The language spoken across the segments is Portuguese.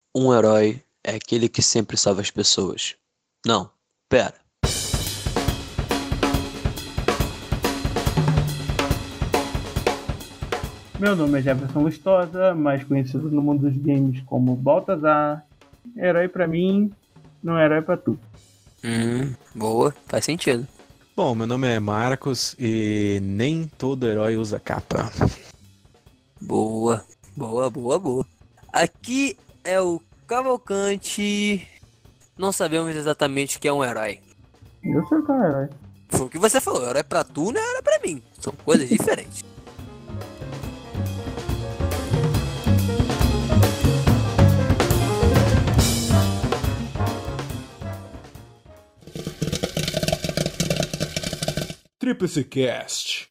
Um herói é aquele que sempre salva as pessoas. Não, pera. Meu nome é Jefferson Lustosa, mais conhecido no mundo dos games como Baltazar. Herói pra mim, não é herói pra tu. Boa, faz sentido. Bom, meu nome é Marcos e nem todo herói usa capa. Boa, boa, boa, boa. Aqui é o Cavalcante. Não sabemos exatamente o que é um herói. Eu sei que é um herói. Foi o que você falou, herói pra tu não é herói pra mim. São coisas diferentes. Tríplice Cast.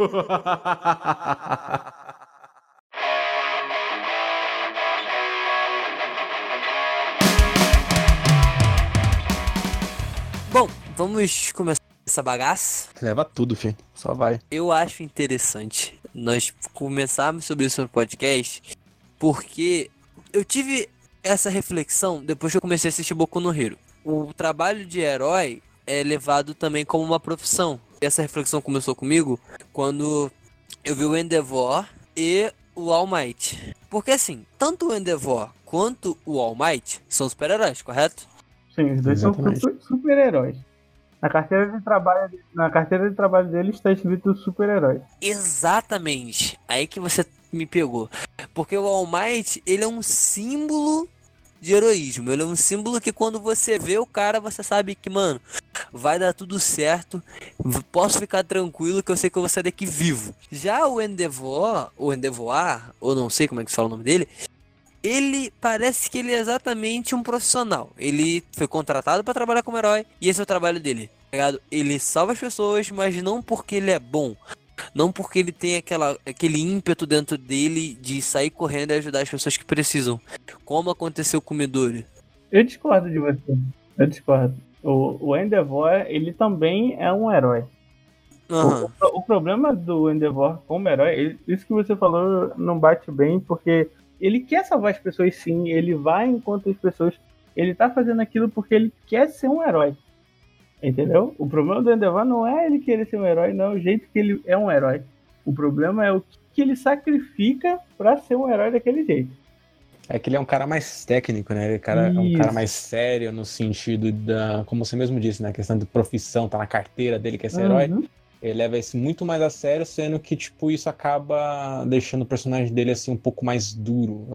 Bom, vamos começar essa bagaça. Leva tudo, filho. Só vai. Eu acho interessante nós começarmos sobre isso no podcast, porque eu tive essa reflexão depois que eu comecei a assistir Boku no Hero. O trabalho de herói é levado também como uma profissão. Essa reflexão começou comigo quando eu vi o Endeavor e o All Might. Porque assim, tanto o Endeavor quanto o All Might são super-heróis, correto? Sim, os dois Exatamente. são super-heróis. Na carteira de trabalho dele está escrito super-herói. Exatamente. Aí que você me pegou. Porque o All Might, ele é um símbolo de heroísmo. Ele é um símbolo que quando você vê o cara, você sabe que, mano, vai dar tudo certo. Posso ficar tranquilo que eu sei que eu vou sair daqui vivo. Já o Endeavor, ou não sei como é que se fala o nome dele, ele parece que ele é exatamente um profissional. Ele foi contratado para trabalhar como herói e esse é o trabalho dele. Tá ligado? Ele salva as pessoas, mas não porque ele é bom. Não porque ele tem aquele ímpeto dentro dele de sair correndo e ajudar as pessoas que precisam. Como aconteceu com o Midori. Eu discordo de você. Eu discordo. O Endeavor, ele também é um herói. Aham. O problema do Endeavor como herói, isso que você falou não bate bem, porque ele quer salvar as pessoas sim, ele vai enquanto as pessoas. Ele tá fazendo aquilo porque ele quer ser um herói. Entendeu? O problema do Endeavor não é ele querer ser um herói, não é o jeito que ele é um herói. O problema é o que ele sacrifica pra ser um herói daquele jeito. É que ele é um cara mais técnico, né? Ele é um cara mais sério no sentido da, como você mesmo disse, né? A questão de profissão, tá na carteira dele que é ser herói. Uhum. Ele leva isso muito mais a sério, sendo que, tipo, isso acaba deixando o personagem dele, assim, um pouco mais duro.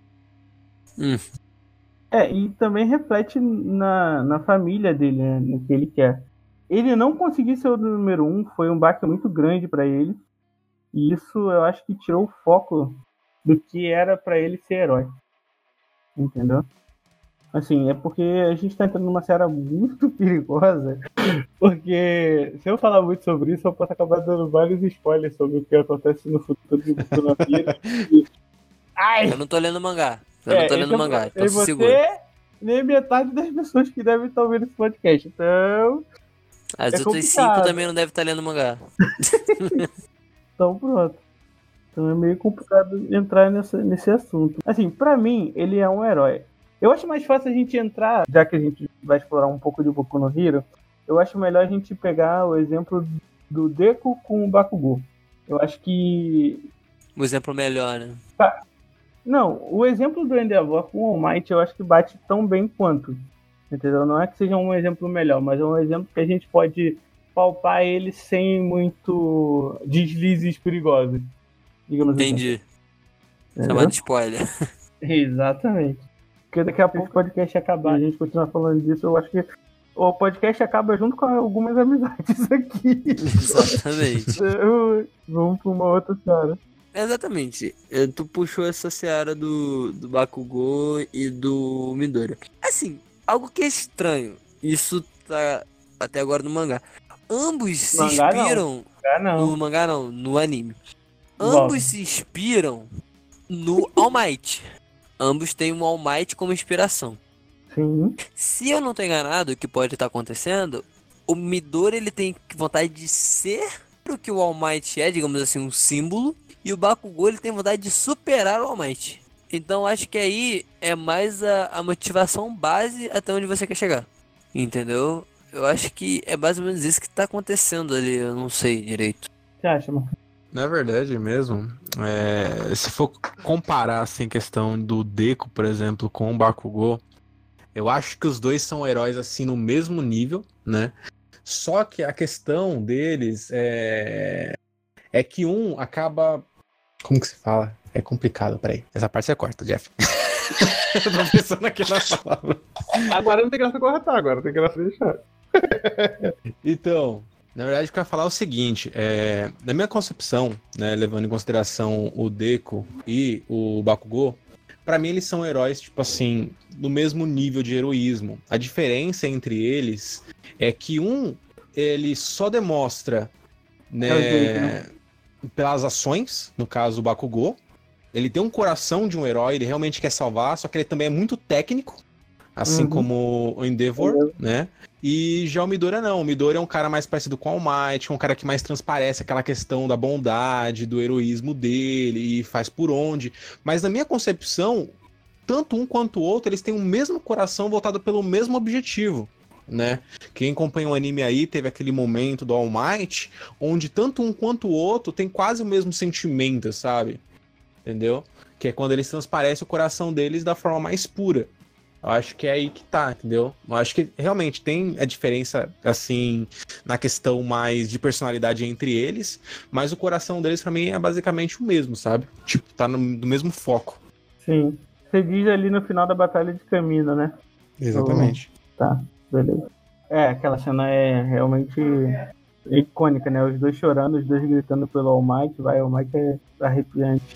E também reflete na família dele, né, no que ele quer. Ele não conseguir ser o número 1 foi um baque muito grande pra ele. E isso eu acho que tirou o foco do que era pra ele ser herói. Entendeu? Assim, é porque a gente tá entrando numa seara muito perigosa. Porque se eu falar muito sobre isso, eu posso acabar dando vários spoilers sobre o que acontece no futuro de Boku no Hero. Ai! Eu não tô lendo mangá. Eu não tô lendo mangá, então E se segura. você, nem metade das pessoas que devem estar ouvindo esse podcast. Então, As é outras complicado. 5 também não devem estar lendo mangá. Então pronto. Então é meio complicado entrar nesse assunto. Assim, pra mim, ele é um herói. Eu acho mais fácil a gente entrar, já que a gente vai explorar um pouco de Boku no Hero, eu acho melhor a gente pegar o exemplo do Deku com o Bakugou. Eu acho que... Um exemplo melhor, né? Não, o exemplo do Endeavor com o All Might eu acho que bate tão bem quanto. Entendeu? Não é que seja um exemplo melhor, mas é um exemplo que a gente pode palpar ele sem muito deslizes perigosos. Digamos assim. Entendi. Entendeu? Chamado de spoiler. Exatamente. Porque daqui a pouco o podcast acabar e a gente continuar falando disso, eu acho que o podcast acaba junto com algumas amizades aqui. Exatamente. Vamos pra uma outra seara. Exatamente. Tu puxou essa seara do Bakugou e do Midori. Assim, algo que é estranho. Isso tá até agora no mangá. Ambos se Mangá não. inspiram... Não. No mangá não, no anime. Volta. Ambos se inspiram no All Might. Ambos têm um All Might como inspiração. Sim. Se eu não tô enganado, o que pode estar acontecendo, o Midori ele tem vontade de ser o que o All Might é, digamos assim, um símbolo, e o Bakugou ele tem vontade de superar o All Might. Então acho que aí é mais a motivação base até onde você quer chegar. Entendeu? Eu acho que é mais ou menos isso que tá acontecendo ali, eu não sei direito. Você acha, mano? Na verdade mesmo, se for comparar assim, questão do Deku, por exemplo, com o Bakugou, eu acho que os dois são heróis assim no mesmo nível, né? Só que a questão deles é que um acaba. Como que se fala? É complicado, peraí. Essa parte você corta, Jeff. Eu tô pensando aqui na palavra. Agora não tem graça cortar, agora tem graça deixar. Então, na verdade, eu quero falar o seguinte: na minha concepção, né, levando em consideração o Deku e o Bakugou, pra mim eles são heróis, tipo assim, no mesmo nível de heroísmo. A diferença entre eles é que ele só demonstra, né, É o jeito, né? pelas ações, no caso o Bakugou. Ele tem um coração de um herói, ele realmente quer salvar, só que ele também é muito técnico, assim como o Endeavor, né? E já o Midoriya não. O Midoriya é um cara mais parecido com o All Might, um cara que mais transparece aquela questão da bondade, do heroísmo dele e faz por onde. Mas na minha concepção, tanto um quanto o outro, eles têm o mesmo coração voltado pelo mesmo objetivo, né? Quem acompanha o anime aí teve aquele momento do All Might, onde tanto um quanto o outro tem quase o mesmo sentimento, sabe? Entendeu? Que é quando eles transparecem o coração deles da forma mais pura. Eu acho que é aí que tá, entendeu? Eu acho que realmente tem a diferença, assim, na questão mais de personalidade entre eles, mas o coração deles, pra mim, é basicamente o mesmo, sabe? Tipo, tá no mesmo foco. Sim. Você diz ali no final da Batalha de Camino, né? Exatamente. Tá, beleza. Aquela cena é realmente icônica, né? Os dois chorando, os dois gritando pelo All Might. All Might é arrepiante.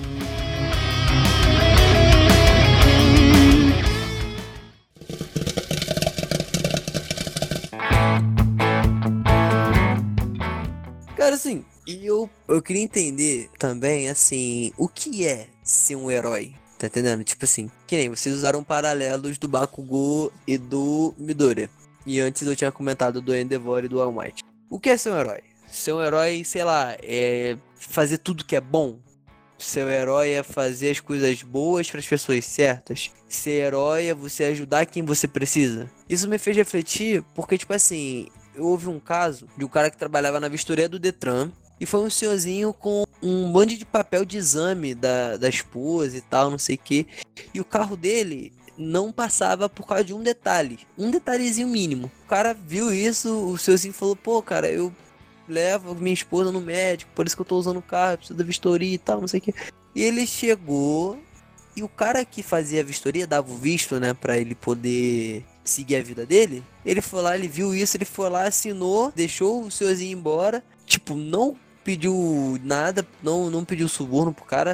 Cara, assim, e eu queria entender também, assim, o que é ser um herói? Tá entendendo? Tipo assim, que nem vocês usaram paralelos do Bakugou e do Midoriya. E antes eu tinha comentado do Endeavor e do All Might. O que é ser um herói? Ser um herói, sei lá, é fazer tudo que é bom. Ser um herói é fazer as coisas boas para as pessoas certas. Ser herói é você ajudar quem você precisa. Isso me fez refletir porque, tipo assim, houve um caso de um cara que trabalhava na vistoria do Detran e foi um senhorzinho com um monte de papel de exame da esposa e tal, não sei o que. E o carro dele não passava por causa de um detalhezinho mínimo. O cara viu isso, o senhorzinho falou, pô, cara, eu levo minha esposa no médico, por isso que eu tô usando o carro, preciso da vistoria e tal, não sei o que. E ele chegou e o cara que fazia a vistoria, dava o visto, né, pra ele poder seguir a vida dele. Ele foi lá, ele viu isso, ele foi lá, assinou, deixou o senhorzinho embora. Tipo, não pediu nada, não pediu suborno pro cara.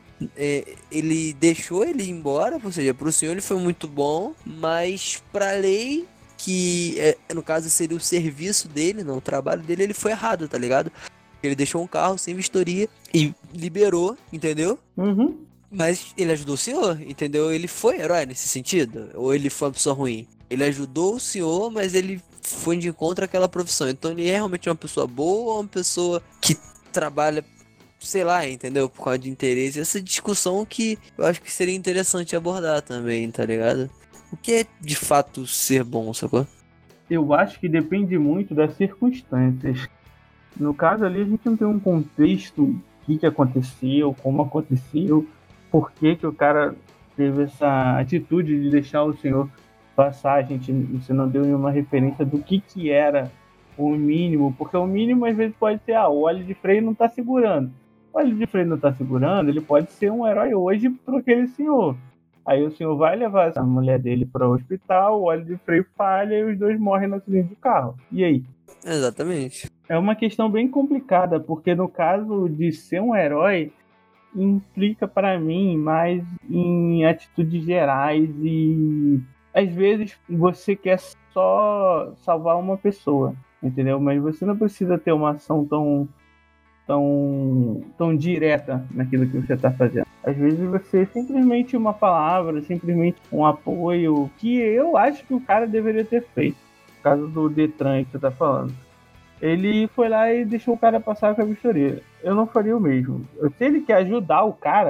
Ele deixou ele ir embora, ou seja, pro senhor ele foi muito bom, mas pra lei, que no caso seria o serviço dele, não o trabalho dele, ele foi errado, tá ligado? Ele deixou um carro sem vistoria e liberou, entendeu? Uhum. Mas ele ajudou o senhor, entendeu? Ele foi herói nesse sentido? Ou ele foi uma pessoa ruim? Ele ajudou o senhor, mas ele foi de encontro àquela profissão. Então ele é realmente uma pessoa boa ou uma pessoa que trabalha, sei lá, entendeu? Por causa de interesse. Essa discussão que eu acho que seria interessante abordar também, tá ligado? O que é de fato ser bom, sacou? Eu acho que depende muito das circunstâncias. No caso ali, a gente não tem um contexto, o que aconteceu, como aconteceu, por que o cara teve essa atitude de deixar o senhor passar. Você não deu nenhuma referência do que era o mínimo, porque o mínimo às vezes pode ser, o óleo de freio não está segurando. O óleo de freio não está segurando, ele pode ser um herói hoje para aquele senhor. Aí o senhor vai levar a mulher dele para o hospital, o óleo de freio falha e os dois morrem no acidente de carro. E aí? Exatamente. É uma questão bem complicada, porque no caso de ser um herói, implica para mim mais em atitudes gerais e às vezes você quer só salvar uma pessoa, entendeu? Mas você não precisa ter uma ação tão direta naquilo que você está fazendo. Às vezes você simplesmente uma palavra, simplesmente um apoio, que eu acho que o cara deveria ter feito. No caso do Detran que você está falando. Ele foi lá e deixou o cara passar com a vistoria. Eu não faria o mesmo. Se ele quer ajudar o cara,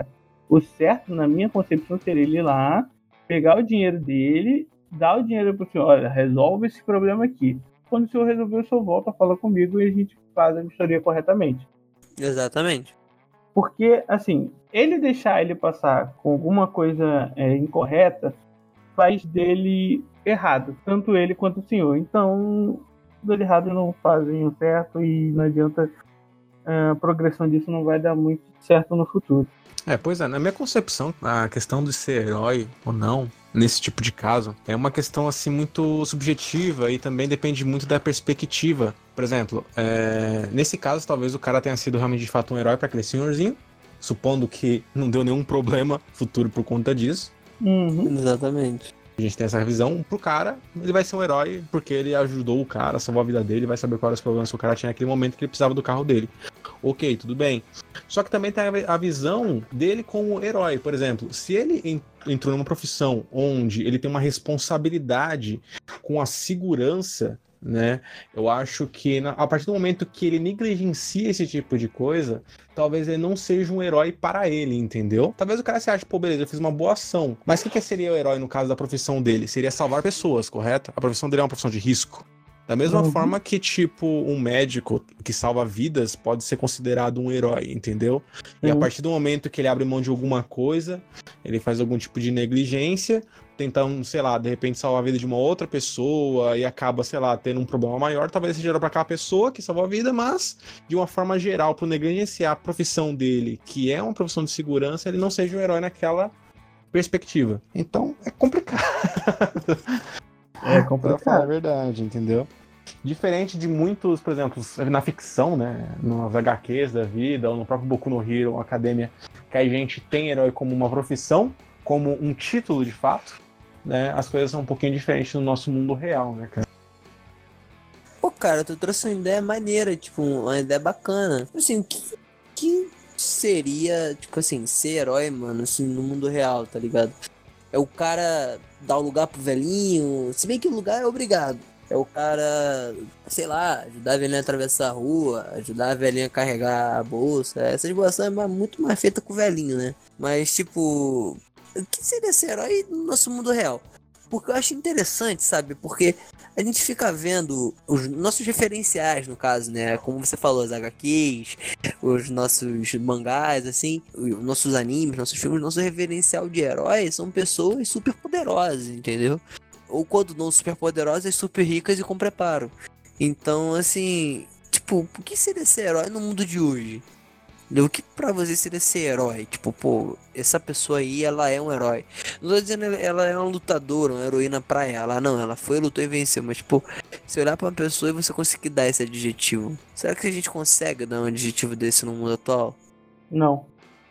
O certo, na minha concepção, seria ele ir lá, pegar o dinheiro dele, dar o dinheiro pro senhor, olha, resolve esse problema aqui. Quando o senhor resolver, o senhor volta, fala comigo e a gente faz a vistoria corretamente. Exatamente. Porque, assim, ele deixar ele passar com alguma coisa incorreta faz dele errado, tanto ele quanto o senhor. Então, tudo errado não fazem o certo e não adianta, a progressão disso não vai dar muito certo no futuro. Pois é, na minha concepção, a questão de ser herói ou não, nesse tipo de caso, é uma questão assim muito subjetiva e também depende muito da perspectiva. Por exemplo, nesse caso, talvez o cara tenha sido realmente de fato um herói para aquele senhorzinho, supondo que não deu nenhum problema futuro por conta disso. Exatamente. A gente tem essa visão pro cara, ele vai ser um herói porque ele ajudou o cara, salvou a vida dele, vai saber quais eram os problemas que o cara tinha naquele momento que ele precisava do carro dele. Ok, tudo bem. Só que também tem a visão dele como herói. Por exemplo, se ele entrou numa profissão onde ele tem uma responsabilidade com a segurança, né? Eu acho que a partir do momento que ele negligencia esse tipo de coisa, talvez ele não seja um herói para ele, entendeu? Talvez o cara se ache, pô, beleza, eu fiz uma boa ação. Mas o que seria o herói no caso da profissão dele? Seria salvar pessoas, correto? A profissão dele é uma profissão de risco. Da mesma forma que, tipo, um médico que salva vidas pode ser considerado um herói, entendeu? E a partir do momento que ele abre mão de alguma coisa, ele faz algum tipo de negligência, tentando, sei lá, de repente salvar a vida de uma outra pessoa e acaba, sei lá, tendo um problema maior, talvez seja para aquela pessoa que salvou a vida, mas de uma forma geral, por negligenciar a profissão dele, que é uma profissão de segurança, ele não seja um herói naquela perspectiva. Então, é complicado. É complicado. Pra falar a verdade, entendeu? Diferente de muitos, por exemplo, na ficção, né? Nas HQs da vida, ou no próprio Boku no Hero, Academia, que a gente tem herói como uma profissão, como um título de fato, né? As coisas são um pouquinho diferentes no nosso mundo real, né, cara? Pô, cara, tu trouxe uma ideia maneira, tipo, uma ideia bacana. Assim, o que seria, tipo assim, ser herói, mano, assim, no mundo real, tá ligado? É o cara dar o lugar pro velhinho, se bem que o lugar é obrigado. É o cara, sei lá, ajudar a velhinha a atravessar a rua, ajudar a velhinha a carregar a bolsa. Essa situação é muito mais feita com o velhinho, né? Mas, tipo, o que seria ser herói no nosso mundo real? Porque eu acho interessante, sabe? Porque a gente fica vendo os nossos referenciais, no caso, né? Como você falou, as HQs, os nossos mangás, assim, os nossos animes, nossos filmes, nosso referencial de heróis são pessoas super poderosas, entendeu? Ou quando não super poderosas, super ricas e com preparo. Então, assim, tipo, o que seria ser herói no mundo de hoje? O que pra você seria ser herói? Tipo, pô, essa pessoa aí, ela é um herói. Não tô dizendo ela é uma lutadora, uma heroína pra ela. Não, ela foi, lutou e venceu. Mas, tipo, se olhar pra uma pessoa e você conseguir dar esse adjetivo, será que a gente consegue dar um adjetivo desse no mundo atual? Não.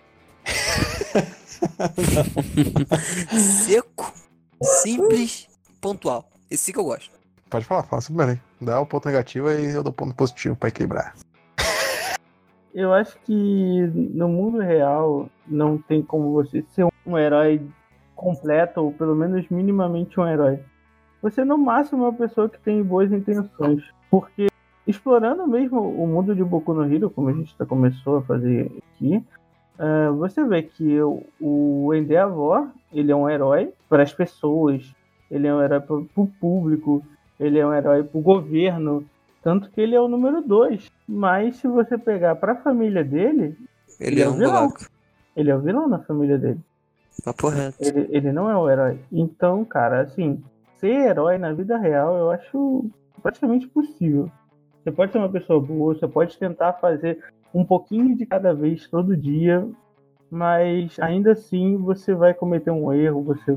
Seco, simples, pontual. Esse que eu gosto. Pode falar, fala super bem. Dá o ponto negativo e eu dou o ponto positivo pra equilibrar. Eu acho que no mundo real não tem como você ser um herói completo ou pelo menos minimamente um herói. Você no máximo é uma pessoa que tem boas intenções. Porque explorando mesmo o mundo de Boku no Hero, como a gente começou a fazer aqui, você vê que o Endeavor, ele é um herói para as pessoas, ele é um herói para o público, ele é um herói para o governo, tanto que ele é o número 2. Mas se você pegar para a família dele, Ele é o um vilão. buraco. Ele é o vilão na família dele. Tá correto. Ele não é o herói. Então, cara, assim, ser herói na vida real eu acho praticamente impossível. Você pode ser uma pessoa boa, você pode tentar fazer um pouquinho de cada vez todo dia, mas ainda assim você vai cometer um erro, você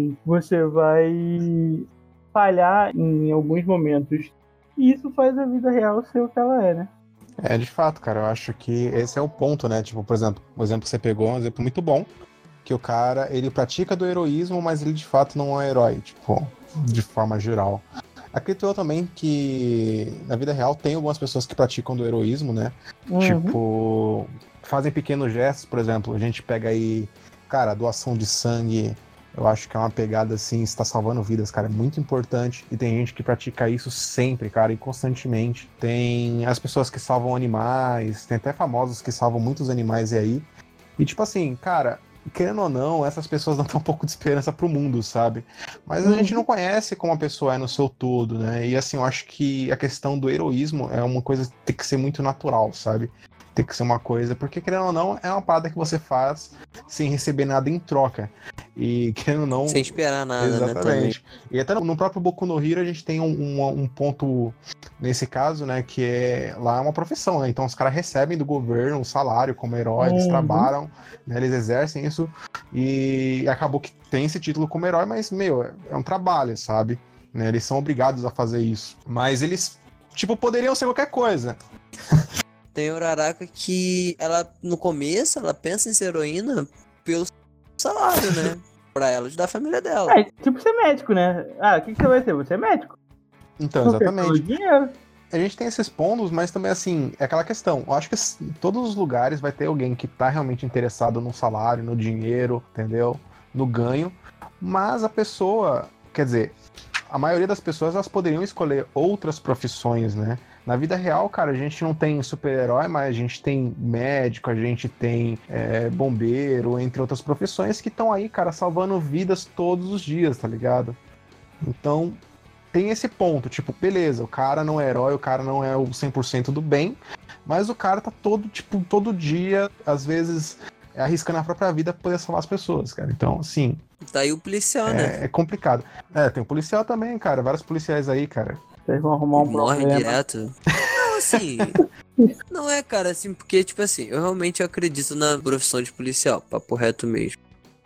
vai falhar em alguns momentos. E isso faz a vida real ser o que ela é, né? É, de fato, cara, eu acho que esse é o ponto, né? Tipo, por exemplo, o exemplo que você pegou é um exemplo muito bom, que o cara, ele pratica do heroísmo, mas ele de fato não é um herói, tipo, de forma geral. Acredito eu também que na vida real tem algumas pessoas que praticam do heroísmo, né? Tipo, fazem pequenos gestos, por exemplo, a gente pega aí, cara, doação de sangue, eu acho que é uma pegada assim, está salvando vidas, cara, é muito importante. E tem gente que pratica isso sempre, cara, e constantemente. Tem as pessoas que salvam animais, tem até famosos que salvam muitos animais aí. E tipo assim, cara, querendo ou não, essas pessoas dão um pouco de esperança pro mundo, sabe? Mas a gente não conhece como a pessoa é no seu todo, né? E assim, eu acho que a questão do heroísmo é uma coisa que tem que ser muito natural, sabe? Tem que ser uma coisa, porque querendo ou não, é uma parada que você faz sem receber nada em troca. E querendo ou não. Sem esperar nada, né? Também. Exatamente. E até no próprio Boku no Hero a gente tem um ponto nesse caso, né? Que é lá é uma profissão, né? Então os caras recebem do governo um salário como herói, eles trabalham, né? Eles exercem isso. E acabou que tem esse título como herói, mas, meu, é um trabalho, sabe? Né? Eles são obrigados a fazer isso. Mas eles, tipo, poderiam ser qualquer coisa. Tem Uraraka que ela, no começo, ela pensa em ser heroína pelo salário, né? Pra ela ajudar a família dela. É, tipo ser médico, né? Ah, o que você vai ser? Você é médico? Então, Porque exatamente. pelo dinheiro. A gente tem esses pontos, mas também, assim, é aquela questão. Eu acho que em todos os lugares vai ter alguém que tá realmente interessado no salário, no dinheiro, entendeu? No ganho. Mas a pessoa, quer dizer, a maioria das pessoas, elas poderiam escolher outras profissões, né? Na vida real, cara, a gente não tem super-herói, mas a gente tem médico, a gente tem bombeiro, entre outras profissões que estão aí, cara, salvando vidas todos os dias, tá ligado? Então, tem esse ponto, tipo, beleza, o cara não é herói, o cara não é o 100% do bem, mas o cara tá todo dia, às vezes, arriscando a própria vida pra poder salvar as pessoas, cara. Então, assim... Tá aí o policial, né? É complicado. Tem o policial também, cara, vários policiais aí, cara. Vocês vão arrumar um Morre problema. direto. Não, assim... Não é, cara, assim, porque, tipo assim, eu realmente acredito na profissão de policial, papo reto mesmo.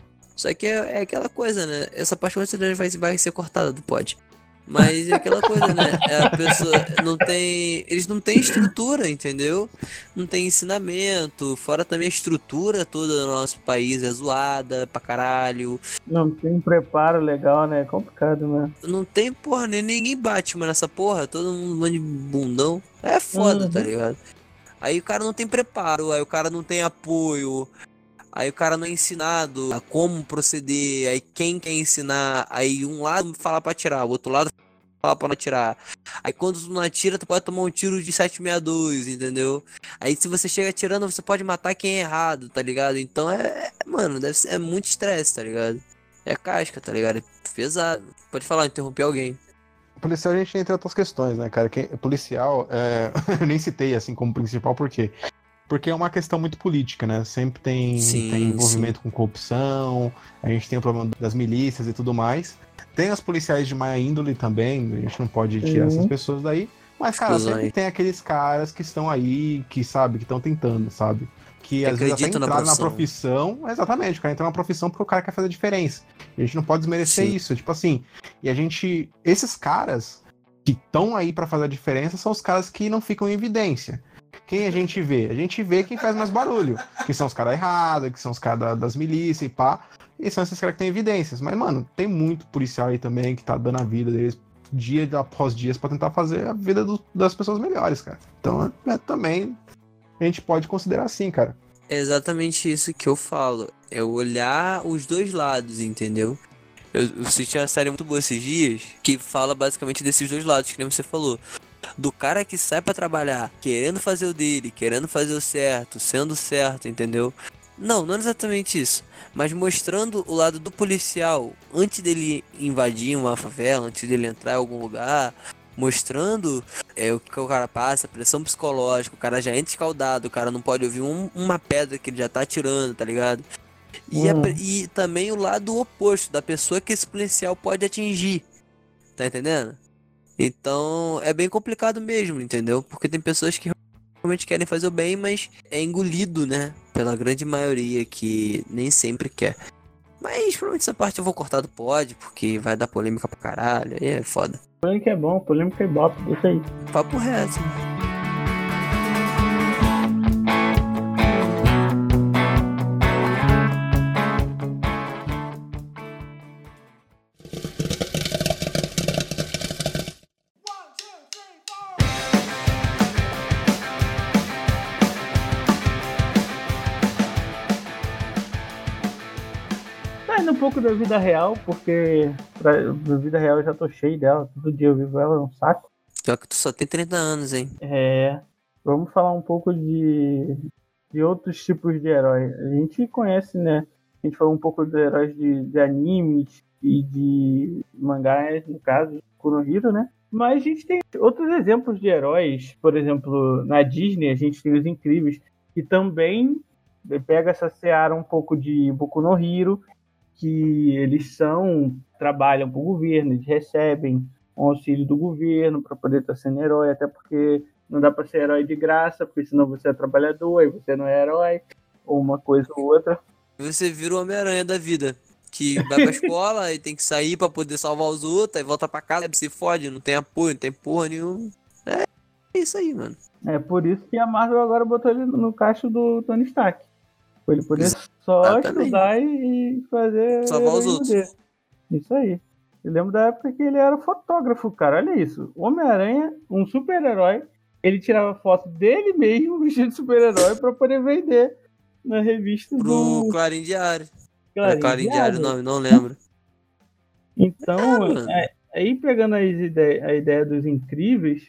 Só que é aquela coisa, né? Essa parte vai ser cortada do pod. Mas é aquela coisa, né? A pessoa não tem. Eles não têm estrutura, entendeu? Não tem ensinamento. Fora também a estrutura toda do nosso país é zoada pra caralho. Não tem um preparo legal, né? É complicado, né? Não tem, porra, nem ninguém bate, mano, nessa porra. Todo mundo manda de bundão. É foda, tá ligado? Aí o cara não tem preparo, aí o cara não tem apoio. Aí o cara não é ensinado a como proceder, aí quem quer ensinar, aí um lado fala pra atirar, o outro lado fala pra não atirar. Aí quando tu não atira, tu pode tomar um tiro de 762, entendeu? Aí se você chega atirando, você pode matar quem é errado, tá ligado? Então mano, é muito estresse, tá ligado? É casca, tá ligado? É pesado. Pode falar, interromper alguém. Policial a gente entra em outras questões, né, cara? Policial, eu nem citei assim como principal, por quê? Porque é uma questão muito política, né? Sempre tem envolvimento com corrupção, a gente tem o problema das milícias e tudo mais. Tem as policiais de má índole também, a gente não pode tirar essas pessoas daí. Mas, cara, sempre tem aqueles caras que estão aí, que sabe, que estão tentando, sabe? Que às vezes até entraram na profissão. Exatamente, o cara entrou na profissão porque o cara quer fazer a diferença. E a gente não pode desmerecer isso. Tipo assim, e a gente. Esses caras que estão aí pra fazer a diferença são os caras que não ficam em evidência. Quem a gente vê? A gente vê quem faz mais barulho. Que são os caras errados, que são os caras das milícias e pá. E são esses caras que têm evidências. Mas, mano, tem muito policial aí também que tá dando a vida deles dia após dia pra tentar fazer a vida das pessoas melhores, cara. Então, também a gente pode considerar assim, cara. É exatamente isso que eu falo. É olhar os dois lados, entendeu? Eu assisti uma série muito boa esses dias que fala basicamente desses dois lados, que nem você falou. Do cara que sai pra trabalhar, querendo fazer o dele, querendo fazer o certo, sendo certo, entendeu? Não é exatamente isso. Mas mostrando o lado do policial antes dele invadir uma favela, antes dele entrar em algum lugar. Mostrando o que o cara passa, pressão psicológica, o cara já entra escaldado, o cara não pode ouvir uma pedra que ele já tá atirando, tá ligado? E também o lado oposto, da pessoa que esse policial pode atingir, tá entendendo? Então é bem complicado mesmo, entendeu? Porque tem pessoas que realmente querem fazer o bem, mas é engolido, né? Pela grande maioria que nem sempre quer. Mas provavelmente essa parte eu vou cortar do pod, porque vai dar polêmica pra caralho, aí é foda. Polêmica é bom, polêmica é bop, deixa aí. Papo reto. Saindo um pouco da vida real, porque da vida real eu já tô cheio dela, todo dia eu vivo ela, é um saco. Pior que tu só tem 30 anos, hein? Vamos falar um pouco de outros tipos de herói. A gente conhece, né, A gente falou um pouco dos heróis de animes e de mangás, no caso, Kunohiro, né? Mas a gente tem outros exemplos de heróis. Por exemplo, na Disney, a gente tem os Incríveis, que também pega essa seara um pouco de Boku no Hero, que eles trabalham para o governo, eles recebem um auxílio do governo para poder estar sendo herói, até porque não dá para ser herói de graça, porque senão você é trabalhador e você não é herói, ou uma coisa ou outra. Você vira o Homem-Aranha da vida. Que vai pra escola e tem que sair pra poder salvar os outros, aí volta pra casa, se fode, não tem apoio, não tem porra nenhuma. É isso aí, mano. É por isso que a Marvel agora botou ele no cacho do Tony Stark. Pra ele poder só estudar e fazer salvar os outros. dele. Isso aí. Eu lembro da época que ele era fotógrafo, cara. Olha isso. O Homem-Aranha, um super-herói, ele tirava foto dele mesmo, vestido de super-herói, pra poder vender na revista pro Clarim Diário. Clarim Diário, não lembro. Então, aí pegando a ideia dos Incríveis,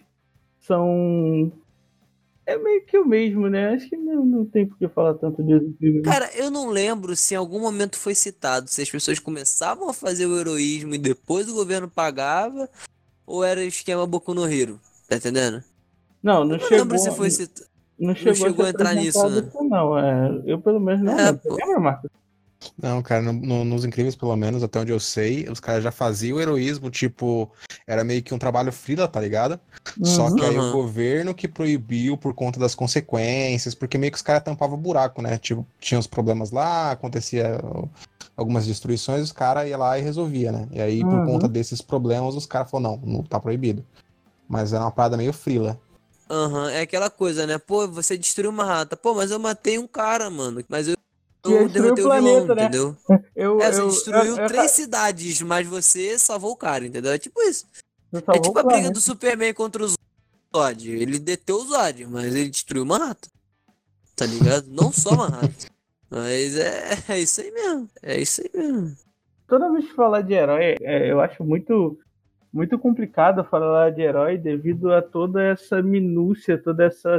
é meio que o mesmo, né? Acho que não tem por que falar tanto dos Incríveis. Cara, eu não lembro se em algum momento foi citado, se as pessoas começavam a fazer o heroísmo e depois o governo pagava, ou era esquema Boku no Hero, tá entendendo? Não chegou. Lembro se foi citado. Não chegou a entrar nisso, né? Não, eu pelo menos não lembro. Lembra, Marcos? Não, cara, nos Incríveis, pelo menos, até onde eu sei, os caras já faziam o heroísmo, tipo, era meio que um trabalho freela, tá ligado? Só que aí o governo que proibiu por conta das consequências, porque meio que os caras tampavam o buraco, né? Tipo, tinha os problemas lá, acontecia algumas destruições, os caras iam lá e resolvia, né? E aí, por conta desses problemas, os caras falaram, não tá proibido. Mas é uma parada meio freela. É aquela coisa, né? Pô, você destruiu uma rata. Pô, mas eu matei um cara, mano. Mas eu derrotei o vilão, né? Entendeu? Você destruiu 3 cidades, mas você salvou o cara, entendeu? É tipo isso. É tipo a briga do Superman contra o Zod. Ele deteu o Zod, mas ele destruiu uma rata. Tá ligado? Não só uma rata. Mas é isso aí mesmo. É isso aí mesmo. Toda vez que falar de herói, eu acho muito complicado falar de herói devido a toda essa minúcia, toda essa...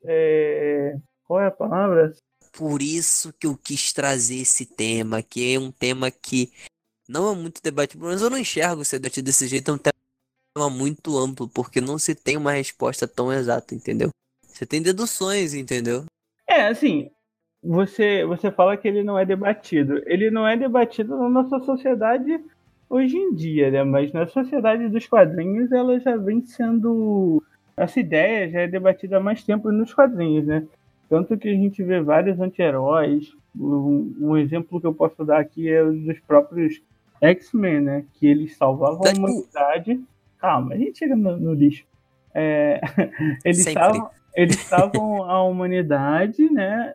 qual é a palavra? Por isso que eu quis trazer esse tema, que é um tema que não é muito debatido, mas eu não enxergo ser debatido desse jeito, é um tema muito amplo, porque não se tem uma resposta tão exata, entendeu? Você tem deduções, entendeu? Assim, você fala que ele não é debatido. Ele não é debatido na nossa sociedade hoje em dia, né? Mas na sociedade dos quadrinhos, ela já vem sendo... Essa ideia já é debatida há mais tempo nos quadrinhos, né? Tanto que a gente vê vários anti-heróis. Um exemplo que eu posso dar aqui é o dos próprios X-Men, né? Que eles salvavam a humanidade. Calma, a gente chega no lixo. Eles salvam a humanidade, né?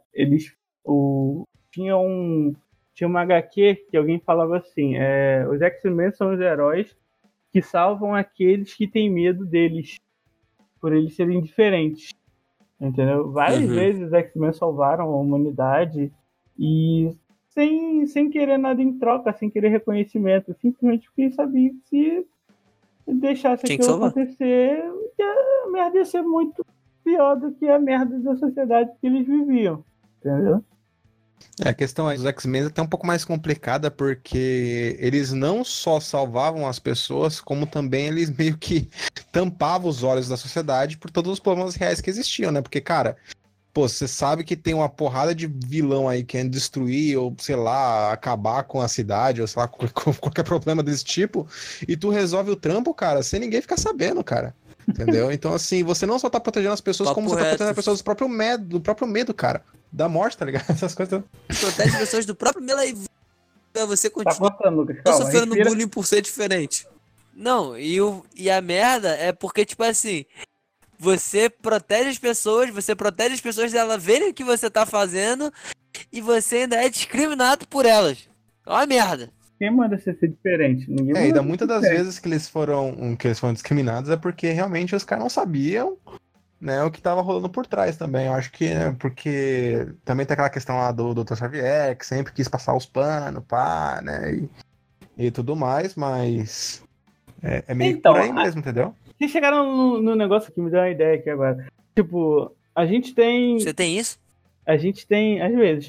Tinha uma HQ que alguém falava assim: os X-Men são os heróis que salvam aqueles que têm medo deles, por eles serem diferentes. Entendeu? Várias vezes os X-Men salvaram a humanidade e sem querer nada em troca, sem querer reconhecimento, simplesmente porque sabia que se deixasse aquilo acontecer, a merda ia ser muito pior do que a merda da sociedade que eles viviam. Entendeu? A questão dos X-Men é até um pouco mais complicada, porque eles não só salvavam as pessoas, como também eles meio que tampavam os olhos da sociedade por todos os problemas reais que existiam, né? Porque, cara, pô, você sabe que tem uma porrada de vilão aí querendo destruir, ou, sei lá, acabar com a cidade, ou sei lá, qualquer problema desse tipo, e tu resolve o trampo, cara, sem ninguém ficar sabendo, cara. Entendeu? Então, assim, você não só tá protegendo as pessoas, como você tá protegendo as pessoas do próprio medo, cara. Da morte, tá ligado? Essas coisas. Protege as pessoas do próprio medo e você continua sofrendo bullying por ser diferente. Não, e a merda é porque, tipo assim, você protege as pessoas dela verem o que você tá fazendo e você ainda é discriminado por elas. É uma merda. Quem manda você ser diferente? Ninguém manda muitas das vezes que eles foram discriminados é porque realmente os caras não sabiam, né, o que tava rolando por trás também. Eu acho que, né, porque também tem aquela questão lá do Dr. Xavier, que sempre quis passar os panos, pá, né, e tudo mais, mas é meio então, por aí mesmo, entendeu? Vocês chegaram no negócio que me deu uma ideia aqui agora. Tipo, a gente tem... Você tem isso? A gente tem, às vezes,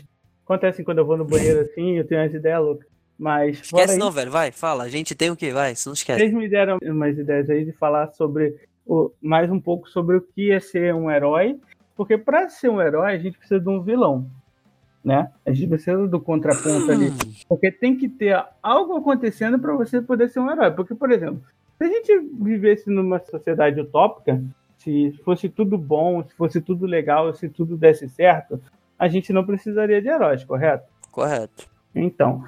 Acontece quando eu vou no banheiro assim, eu tenho umas ideias loucas. Mas fora Esquece não, isso, velho. Vai, fala. A gente tem o quê? Vai, você não esquece. vocês me deram umas ideias aí de falar sobre mais um pouco sobre o que é ser um herói. Porque para ser um herói, a gente precisa de um vilão, né? A gente precisa do contraponto ali. Porque tem que ter algo acontecendo para você poder ser um herói. Porque, por exemplo, se a gente vivesse numa sociedade utópica, se fosse tudo bom, se fosse tudo legal, se tudo desse certo, a gente não precisaria de heróis, correto? Correto. Então,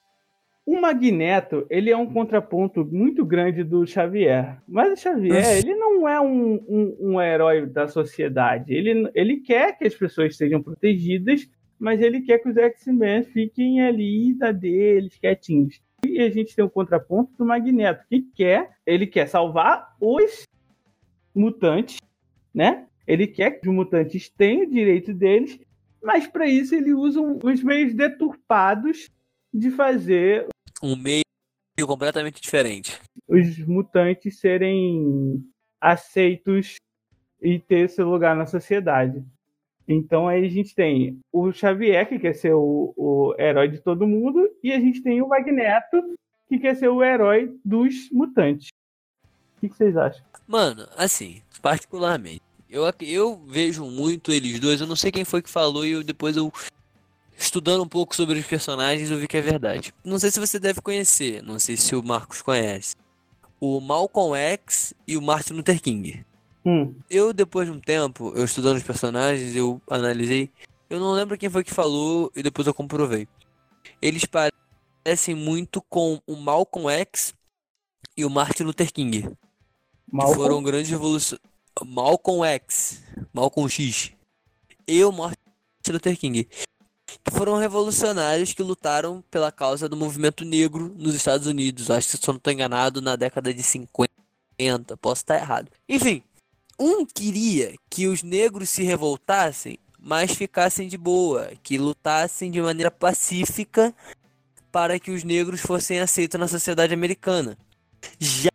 o Magneto, ele é um contraponto muito grande do Xavier. Mas o Xavier, ele não é um herói da sociedade. Ele quer que as pessoas sejam protegidas, mas ele quer que os X-Men fiquem ali da deles, quietinhos. E a gente tem um contraponto do Magneto, ele quer salvar os mutantes, né? Ele quer que os mutantes tenham o direito deles, mas para isso ele usa os meios deturpados de fazer Um meio completamente diferente. os mutantes serem aceitos e ter seu lugar na sociedade. Então aí a gente tem o Xavier, que quer ser o herói de todo mundo, e a gente tem o Magneto, que quer ser o herói dos mutantes. O que vocês acham? Mano, assim, particularmente, eu vejo muito eles dois. Eu não sei quem foi que falou e depois eu estudando um pouco sobre os personagens, eu vi que é verdade. Não sei se você deve conhecer, não sei se o Marcos conhece. O Malcolm X e o Martin Luther King. Eu, depois de um tempo, eu estudando os personagens, eu analisei. Eu não lembro quem foi que falou e depois eu comprovei. Eles parecem muito com o Malcolm X e o Martin Luther King. Que foram grandes revolucionários. Malcolm X, Malcolm X e o Martin Luther King. Que foram revolucionários que lutaram pela causa do movimento negro nos Estados Unidos. Acho que se eu não estou enganado, na década de 50. Posso estar errado. Enfim, um queria que os negros se revoltassem, mas ficassem de boa. Que lutassem de maneira pacífica para que os negros fossem aceitos na sociedade americana. Já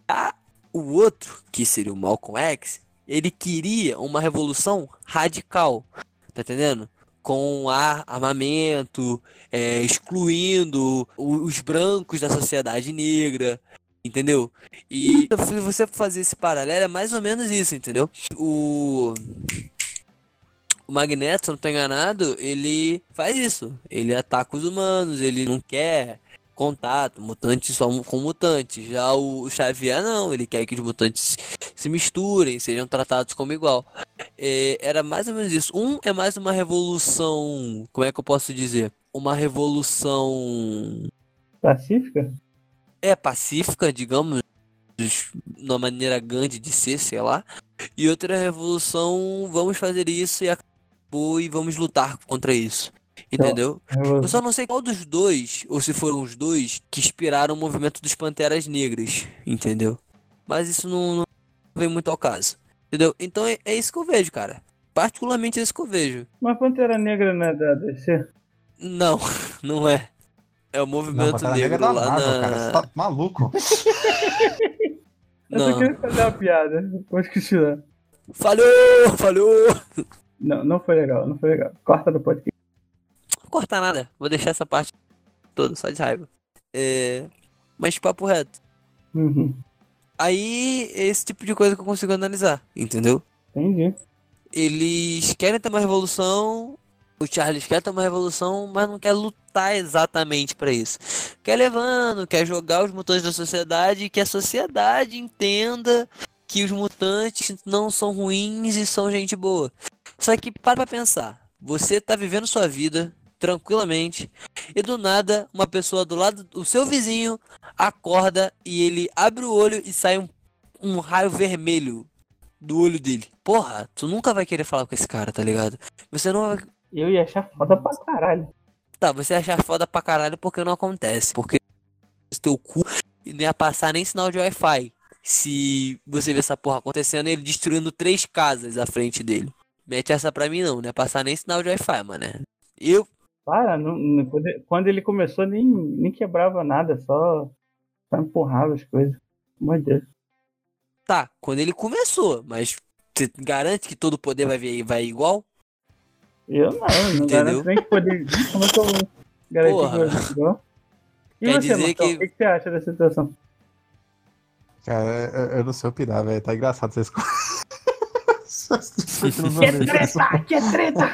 o outro, que seria o Malcolm X, ele queria uma revolução radical. Tá entendendo? Com armamento, excluindo os brancos da sociedade negra, entendeu? E se você fazer esse paralelo, é mais ou menos isso, entendeu? O Magneto, se eu não tô enganado, ele faz isso. Ele ataca os humanos, ele não quer contato, mutantes só com mutantes. Já o Xavier não, ele quer que os mutantes se misturem, sejam tratados como igual. Era mais ou menos isso. Um é mais uma revolução, como é que eu posso dizer? Uma revolução pacífica? Pacífica, digamos, de uma maneira Gandhi de ser, sei lá. E outra revolução, vamos fazer isso e acabou e vamos lutar contra isso. Entendeu? Eu só não sei qual dos dois, ou se foram os dois, que inspiraram o movimento dos Panteras Negras, entendeu? Mas isso não vem muito ao caso, entendeu? Então é isso que eu vejo, cara. Particularmente é isso que eu vejo. Mas Pantera Negra não é da DC? Não, não é. É o movimento negro da lá Marvel, na... cara. Você tá maluco? Eu só queria fazer uma piada. Pode continuar. Falhou! Não foi legal, não foi legal. Corta do podcast. Não corta nada, vou deixar essa parte toda só de raiva. Mas papo reto. Uhum. Aí é esse tipo de coisa que eu consigo analisar, entendeu? Entendi. Eles querem ter uma revolução, o Charles quer ter uma revolução, mas não quer lutar exatamente pra isso. Quer levando, quer jogar os mutantes da sociedade e que a sociedade entenda que os mutantes não são ruins e são gente boa. Só que para pra pensar, você tá vivendo sua vida tranquilamente e do nada uma pessoa do lado do seu vizinho acorda e ele abre o olho e sai um raio vermelho do olho dele. Porra, tu nunca vai querer falar com esse cara, tá ligado? Você não vai... Eu ia achar foda pra caralho. Tá, você ia achar foda pra caralho porque não acontece. Porque teu cu não ia passar nem sinal de Wi-Fi. Se você ver essa porra acontecendo, ele destruindo 3 casas à frente dele. Mete essa pra mim não ia passar nem sinal de Wi-Fi, mano. Para, quando ele começou nem quebrava nada, só empurrava as coisas. Meu Deus. Tá, quando ele começou, mas você garante que todo o poder vai igual? Eu não Entendeu? garanto nem que poder. Como é que eu vou garantir Porra. que eu vou entendeu? E Quer você, dizer Marcão, que- o que você acha dessa situação? Cara, eu não sei opinar, velho. Tá engraçado vocês discutindo Que sobre isso. treta! Que treta!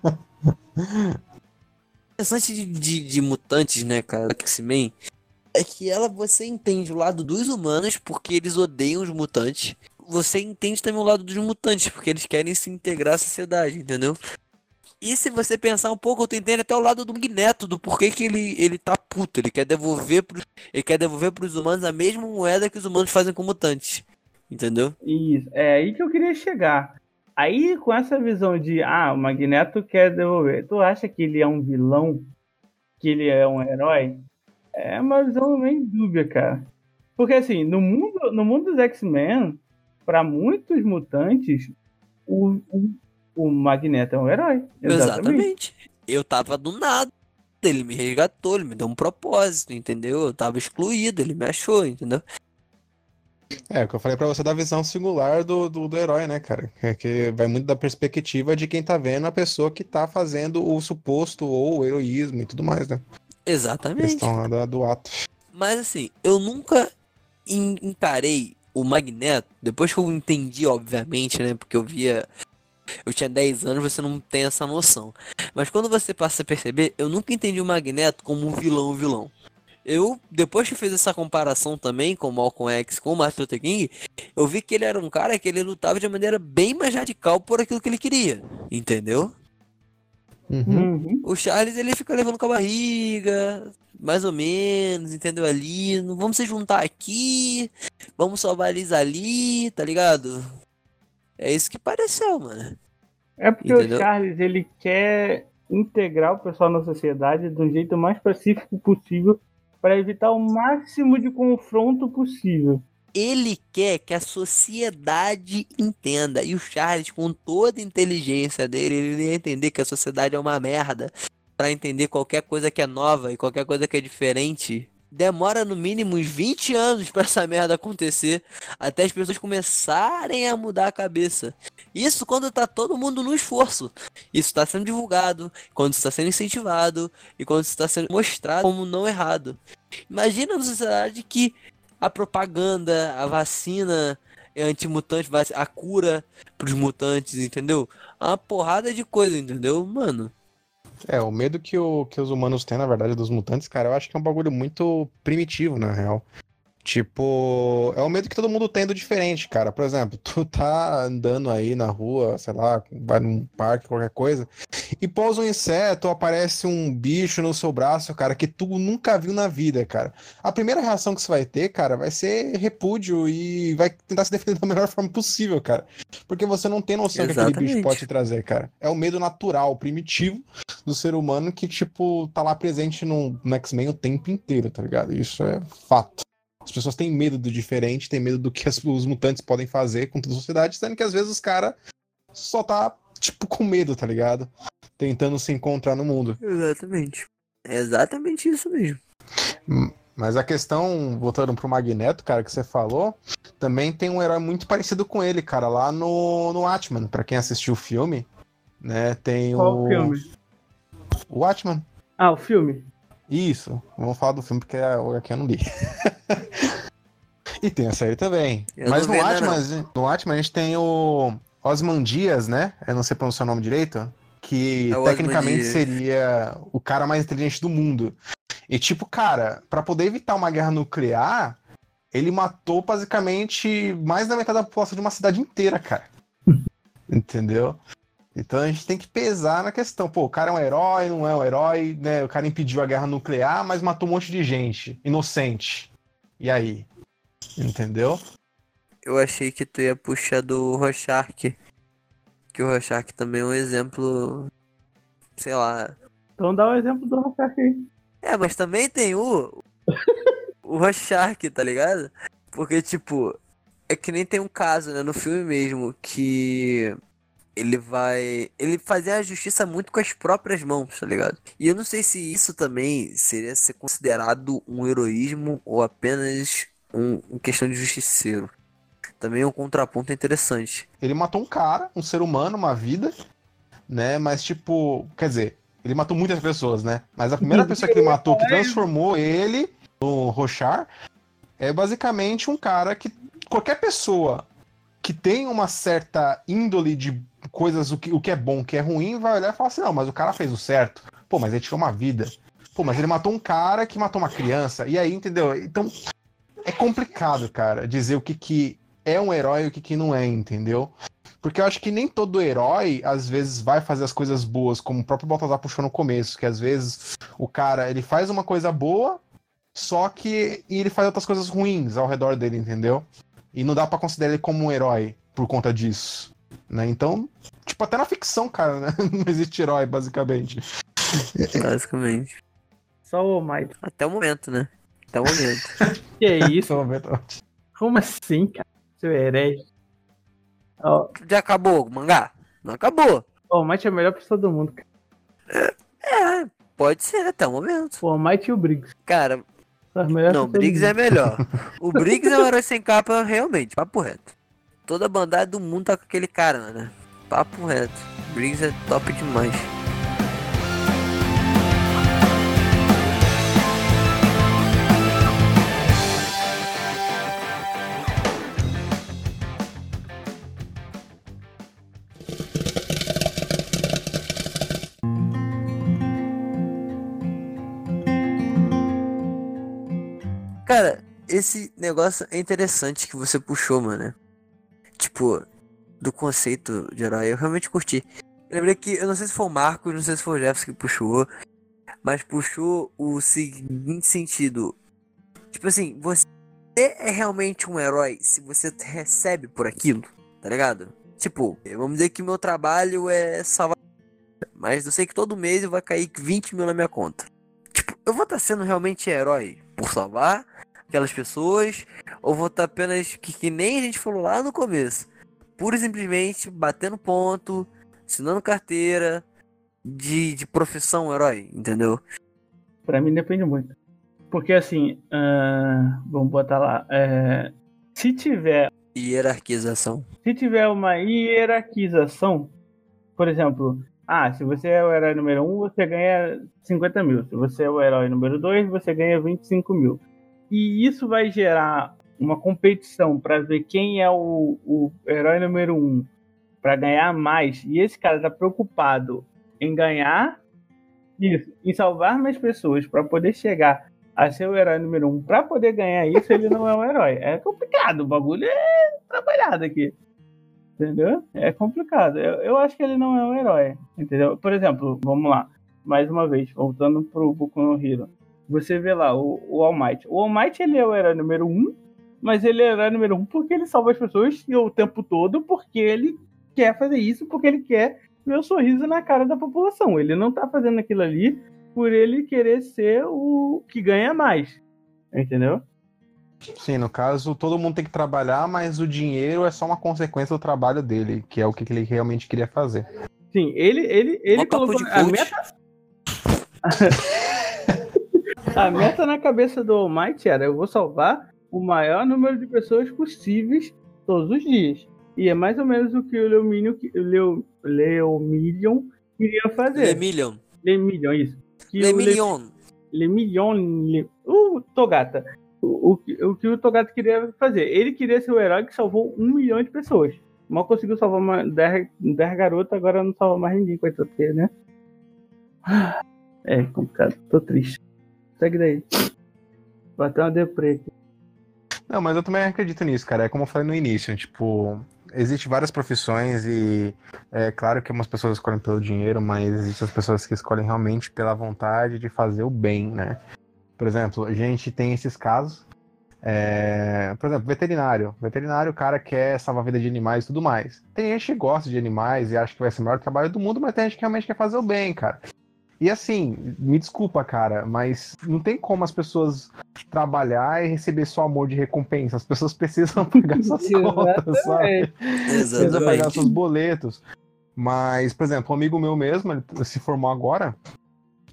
interessante de mutantes, né, cara, do X-Men, é que você entende o lado dos humanos porque eles odeiam os mutantes. Você entende também o lado dos mutantes porque eles querem se integrar à sociedade, entendeu? E se você pensar um pouco, tu entende até o lado do Magneto, do porquê que ele tá puto. Ele quer devolver pros humanos a mesma moeda que os humanos fazem com mutantes. Entendeu? Isso, é aí que eu queria chegar. Aí, com essa visão de, o Magneto quer devolver, tu acha que ele é um vilão? Que ele é um herói? É uma visão meio dúbia, cara. Porque, assim, no mundo dos X-Men, para muitos mutantes, o Magneto é um herói. Exatamente. Exatamente. Eu tava do nada. Ele me resgatou, ele me deu um propósito, entendeu? Eu tava excluído, ele me achou, entendeu? É, o que eu falei pra você da visão singular do herói, né, cara? É que vai muito da perspectiva de quem tá vendo a pessoa que tá fazendo o suposto ou o heroísmo e tudo mais, né? Exatamente. Questão lá do ato. Mas assim, eu nunca encarei o Magneto, depois que eu entendi, obviamente, né? Porque eu tinha 10 anos, você não tem essa noção. Mas quando você passa a perceber, eu nunca entendi o Magneto como um vilão. Eu, depois que fiz essa comparação também com o Malcolm X, com o Martin Luther King, eu vi que ele era um cara que ele lutava de maneira bem mais radical por aquilo que ele queria, entendeu? Uhum. Uhum. O Charles, ele fica levando com a barriga, mais ou menos, entendeu? Ali, não vamos se juntar aqui, vamos salvar eles ali, tá ligado? É isso que pareceu, mano. É porque o Entendeu? Charles, ele quer integrar o pessoal na sociedade do jeito mais pacífico possível para evitar o máximo de confronto possível. Ele quer que a sociedade entenda. E o Charles, com toda a inteligência dele, ele ia entender que a sociedade é uma merda. Pra entender qualquer coisa que é nova e qualquer coisa que é diferente. Demora no mínimo uns 20 anos pra essa merda acontecer. Até as pessoas começarem a mudar a cabeça. Isso quando tá todo mundo no esforço. Isso tá sendo divulgado, quando está sendo incentivado e quando está sendo mostrado como não errado. Imagina uma sociedade que a propaganda, a vacina antimutante, a cura pros mutantes, entendeu? Uma porrada de coisa, entendeu? Mano, É, o medo que os humanos têm, na verdade, dos mutantes, cara, eu acho que é um bagulho muito primitivo, na real. Tipo, é o medo que todo mundo tem do diferente, cara. Por exemplo, tu tá andando aí na rua, sei lá, vai num parque, qualquer coisa, e pousa um inseto, ou aparece um bicho no seu braço, cara, que tu nunca viu na vida, cara. A primeira reação que você vai ter, cara, vai ser repúdio e vai tentar se defender da melhor forma possível, cara. Porque você não tem noção que aquele bicho pode te exatamente. trazer, cara. É o medo natural, primitivo do ser humano que, tipo, tá lá presente no X-Men o tempo inteiro, tá ligado? Isso é fato. As pessoas têm medo do diferente, têm medo do que os mutantes podem fazer com toda a sociedade, sendo que às vezes os caras só tá, tipo, com medo, tá ligado? Tentando se encontrar no mundo. Exatamente. É exatamente isso mesmo. Mas a questão, voltando pro Magneto, cara, que você falou, também tem um herói muito parecido com ele, cara, lá no Watchmen. Pra quem assistiu o filme, né, tem Qual o filme? Watchmen. O filme. Isso, vamos falar do filme porque aqui eu não li. E tem a série também. Eu Mas não no vi ainda Watchmen, no Watchmen a gente tem o Ozymandias, né? Eu não sei pronunciar o nome direito. Que É o tecnicamente Ozymandias. seria o cara mais inteligente do mundo. E tipo, cara, pra poder evitar uma guerra nuclear, ele matou basicamente mais da metade da população de uma cidade inteira, cara. Entendeu? Então a gente tem que pesar na questão. Pô, o cara é um herói, não é um herói, né? O cara impediu a guerra nuclear, mas matou um monte de gente, inocente. E aí? Entendeu? Eu achei que tu ia puxar do Rorschach. Que o Rorschach também é um exemplo, sei lá. Então dá o exemplo do Rorschach aí. É, mas também tem o Rorschach, tá ligado? Porque, tipo, é que nem tem um caso, né, no filme mesmo, que ele fazia a justiça muito com as próprias mãos, tá ligado? E eu não sei se isso também seria ser considerado um heroísmo ou apenas um questão de justiceiro. Também é um contraponto interessante. Ele matou um cara, um ser humano, uma vida, né? Mas, tipo, quer dizer, ele matou muitas pessoas, né? Mas a primeira pessoa que ele matou, que transformou ele no Rorschach, é basicamente um cara que qualquer pessoa que tem uma certa índole de coisas, o que é bom, o que é ruim, vai olhar e falar assim, não, mas o cara fez o certo. Pô, mas ele tirou uma vida. Pô, mas ele matou um cara que matou uma criança. E aí, entendeu? Então, é complicado, cara, dizer o que é um herói e o que não é, entendeu? Porque eu acho que nem todo herói, às vezes, vai fazer as coisas boas, como o próprio Baltazar puxou no começo, que às vezes o cara, ele faz uma coisa boa, só que ele faz outras coisas ruins ao redor dele, entendeu? E não dá pra considerar ele como um herói por conta disso, né? Então, tipo, até na ficção, cara, né? Não existe herói, basicamente. Basicamente. Só o Might. Até o momento, né? Até o momento. Que é isso? Momento. Como assim, cara? Seu herege. Ó, Já acabou o mangá? Não acabou. o Might é a melhor pessoa do mundo, cara. É, pode ser até o momento. O Might e o Briggs. Cara, São as melhores não, o pessoas do Briggs é mundo. melhor. O Briggs é um herói sem capa, realmente, papo reto. Toda a bandada do mundo tá com aquele cara, né? Papo reto. O Briggs é top demais. Cara, esse negócio é interessante que você puxou, mano. Tipo, do conceito de herói, eu realmente curti. Eu lembrei que, eu não sei se foi o Marcos, não sei se foi o Jefferson que puxou, mas puxou o seguinte sentido. Tipo assim, você é realmente um herói se você recebe por aquilo, tá ligado? Tipo, vamos dizer que meu trabalho é salvar, mas eu sei que todo mês vai cair 20 mil na minha conta. Tipo, eu vou estar sendo realmente herói por salvar aquelas pessoas, ou vou estar apenas, que nem a gente falou lá no começo, pura e simplesmente batendo ponto, assinando carteira de profissão herói, entendeu? Pra mim depende muito. Porque assim, vamos botar lá. Se tiver Hierarquização. uma hierarquização, por exemplo, se você é o herói número 1, você ganha 50 mil. Se você é o herói número 2, você ganha 25 mil. E isso vai gerar uma competição para ver quem é o herói número 1 para ganhar mais. E esse cara tá preocupado em ganhar isso, em salvar mais pessoas para poder chegar a ser o herói número 1. Para poder ganhar isso, ele não é um herói. É complicado, o bagulho é trabalhado aqui. Entendeu? É complicado. Eu acho que ele não é um herói. Entendeu? Por exemplo, vamos lá. Mais uma vez, voltando pro Boku no Hero. Você vê lá o All Might. O All Might, ele é o herói número 1, mas ele é o herói número 1 porque ele salva as pessoas o tempo todo, porque ele quer fazer isso, porque ele quer ver o sorriso na cara da população. Ele não tá fazendo aquilo ali por ele querer ser o que ganha mais. Entendeu? Sim, no caso, todo mundo tem que trabalhar, mas o dinheiro é só uma consequência do trabalho dele, que é o que ele realmente queria fazer. Sim, ele colocou a meta... A meta na cabeça do All Might era: eu vou salvar o maior número de pessoas possíveis todos os dias. E é mais ou menos o que o Leomillion queria fazer. Lemillion, isso. Togata. O que o Togata queria fazer? Ele queria ser o herói que salvou 1 milhão de pessoas. Mal conseguiu salvar 10 garotas, agora não salva mais ninguém, coitado dele, né? É complicado, tô triste. Segue daí. Bateu uma deprê aqui. Não, mas eu também acredito nisso, cara. É como eu falei no início, tipo, existem várias profissões e é claro que umas pessoas escolhem pelo dinheiro, mas existem as pessoas que escolhem realmente pela vontade de fazer o bem, né? Por exemplo, a gente tem esses casos. Por exemplo, veterinário. Veterinário, o cara quer salvar a vida de animais e tudo mais. Tem gente que gosta de animais e acha que vai ser o maior trabalho do mundo, mas tem gente que realmente quer fazer o bem, cara. E assim, me desculpa, cara, mas não tem como as pessoas trabalhar e receber só amor de recompensa. As pessoas precisam pagar suas contas, sabe? Precisam pagar seus boletos. Mas, por exemplo, um amigo meu mesmo, ele se formou agora,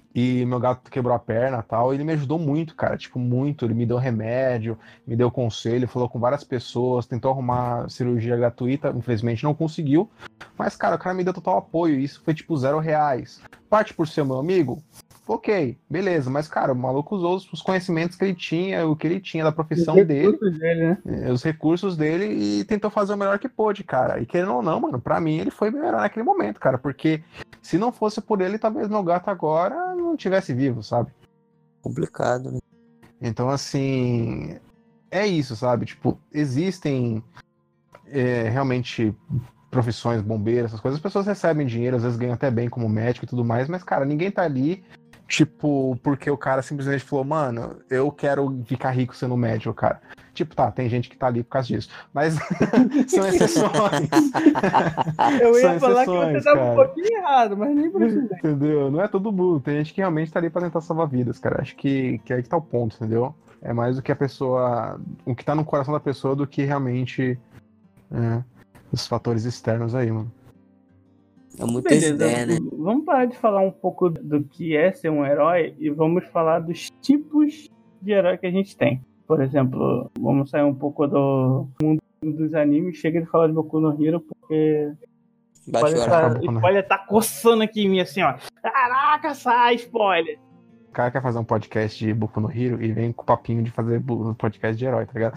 e meu gato quebrou a perna e tal, e ele me ajudou muito, cara, tipo, muito, ele me deu remédio, me deu conselho, falou com várias pessoas, tentou arrumar cirurgia gratuita, infelizmente não conseguiu, mas, cara, o cara me deu total apoio, e isso foi, tipo, R$0. Parte por ser meu amigo? Ok, beleza, mas, cara, o maluco usou os conhecimentos que ele tinha, o que ele tinha da profissão dele, né? os recursos dele, e tentou fazer o melhor que pôde, cara, e querendo ou não, mano, pra mim ele foi melhor naquele momento, cara, porque se não fosse por ele, talvez meu gato agora não tivesse vivo, sabe? Complicado, né? Então, assim, é isso, sabe? Tipo, existem realmente profissões, bombeiros, essas coisas, as pessoas recebem dinheiro, às vezes ganham até bem como médico e tudo mais, mas, cara, ninguém tá ali, tipo, porque o cara simplesmente falou, mano, eu quero ficar rico sendo médico, cara. Tipo, tá, tem gente que tá ali por causa disso, mas são exceções. Eu São ia falar que você exceções, tava um cara. pouquinho errado, mas nem precisei. Entendeu? Não é todo mundo. Tem gente que realmente tá ali pra tentar salvar vidas, cara. Acho que aí que tá o ponto, entendeu? É mais do que a pessoa. O que tá no coração da pessoa do que realmente os fatores externos aí, mano. É muitas Beleza, ideias, né? vamos parar de falar um pouco do que é ser um herói e vamos falar dos tipos de herói que a gente tem. Por exemplo, vamos sair um pouco do mundo dos animes, chega de falar de Boku no Hero, porque Vai chorar. spoiler tá coçando aqui em mim assim, ó. Caraca, sai, spoiler! O cara quer fazer um podcast de Boku no Hero e vem com o papinho de fazer um podcast de herói, tá ligado?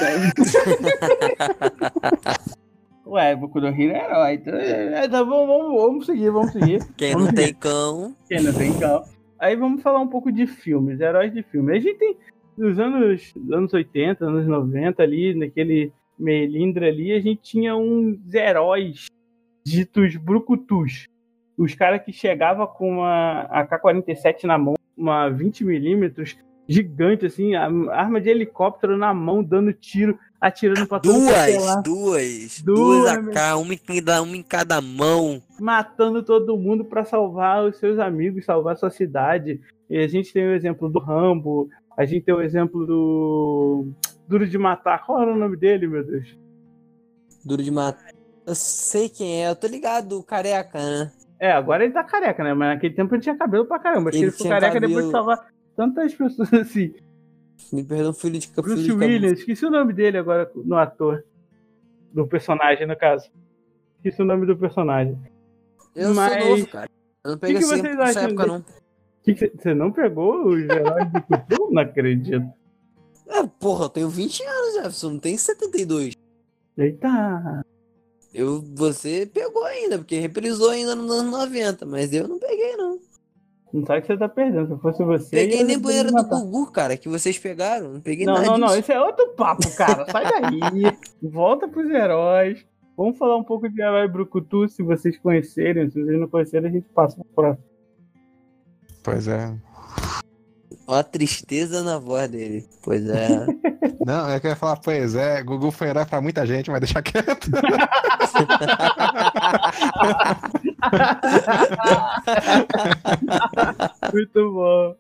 Ué, Boku no Hero é herói. Então, tá bom, vamos seguir. Quem Vamos não seguir. tem cão. Quem não tem cão. Aí vamos falar um pouco de filmes, heróis de filme. A gente tem, nos anos 80, anos 90 ali, naquele melindre ali, a gente tinha uns heróis ditos brucutus. Os caras que chegavam com uma AK-47 na mão, uma 20mm, gigante assim, a arma de helicóptero na mão, dando tiro, atirando pra todo Duas AK, uma em cada mão. matando todo mundo pra salvar os seus amigos, salvar a sua cidade. E a gente tem o exemplo do Rambo, a gente tem o exemplo do Duro de Matar. Qual era o nome dele, meu Deus? Duro de Matar. Eu sei quem é, eu tô ligado, careca, né? Agora ele tá careca, né? Mas naquele tempo ele tinha cabelo pra caramba. Acho que ele ficou careca cabelo. depois de salvar tantas pessoas assim. Me perdoa, filho de Bruce Williams, esqueci o nome dele agora no ator. Do personagem, no caso. Esqueci o nome do personagem. Eu sou novo, cara. Eu não peguei que assim vocês nessa acham época, não. Você não pegou os heróis do futuro? Não acredito. Porra, eu tenho 20 anos, Jefferson, não tenho 72. Eita! Você pegou ainda, porque reprisou ainda nos anos 90, mas eu não peguei, não. Não sabe que você tá perdendo. Se fosse você. Peguei nem banheiro do Gugu, cara, que vocês pegaram. Não peguei nada. Não, isso é outro papo, cara. Sai daí. Volta pros heróis. Vamos falar um pouco de herói brucutu, se vocês conhecerem. Se vocês não conhecerem, a gente passa pro próximo. Pois é. Olha a tristeza na voz dele. Pois é. Não, é que eu ia falar, pois é, Gugu foi herói pra muita gente, mas deixa quieto. Muito bom.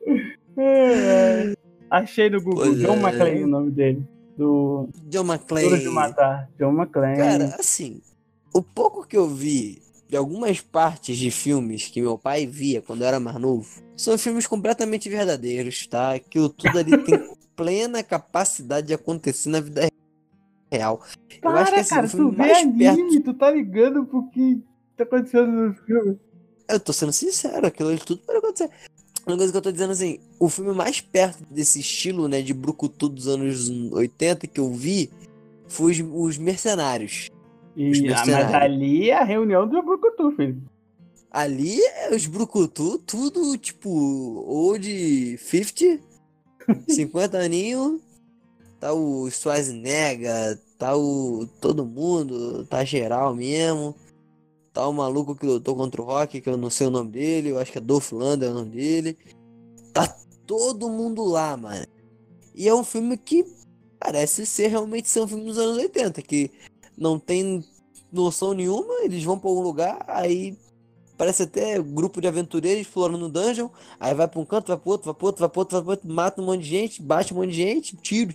Achei no Google. John McClane, o nome dele. Do John McClane. Duro de Matar. John McClane. Cara, assim, o pouco que eu vi de algumas partes de filmes que meu pai via quando eu era mais novo, são filmes completamente verdadeiros, tá? Que tudo ali tem plena capacidade de acontecer na vida real. Para, eu acho que assim, cara, o filme tu vê mais anime, perto... tu tá ligando pro que tá acontecendo no filme. Eu tô sendo sincero, aquilo de tudo pode acontecer. Uma coisa que eu tô dizendo assim, o filme mais perto desse estilo, né, de brucutu dos anos 80 que eu vi foi os Mercenários. Mas ali é a reunião do Brucutu, filho. Ali é os brucutu, tudo tipo old 50, 50 aninho, tá o Schwarzenegger, tá o todo mundo, tá geral mesmo, tá o maluco que lutou contra o Rock, que eu não sei o nome dele, eu acho que é Dolph Lundgren é o nome dele, tá todo mundo lá, mano. E é um filme que parece realmente ser um filme dos anos 80, que não tem noção nenhuma, eles vão pra um lugar, aí parece até grupo de aventureiros explorando dungeon, aí vai pra um canto, vai pro outro, mata um monte de gente, bate um monte de gente, tiro,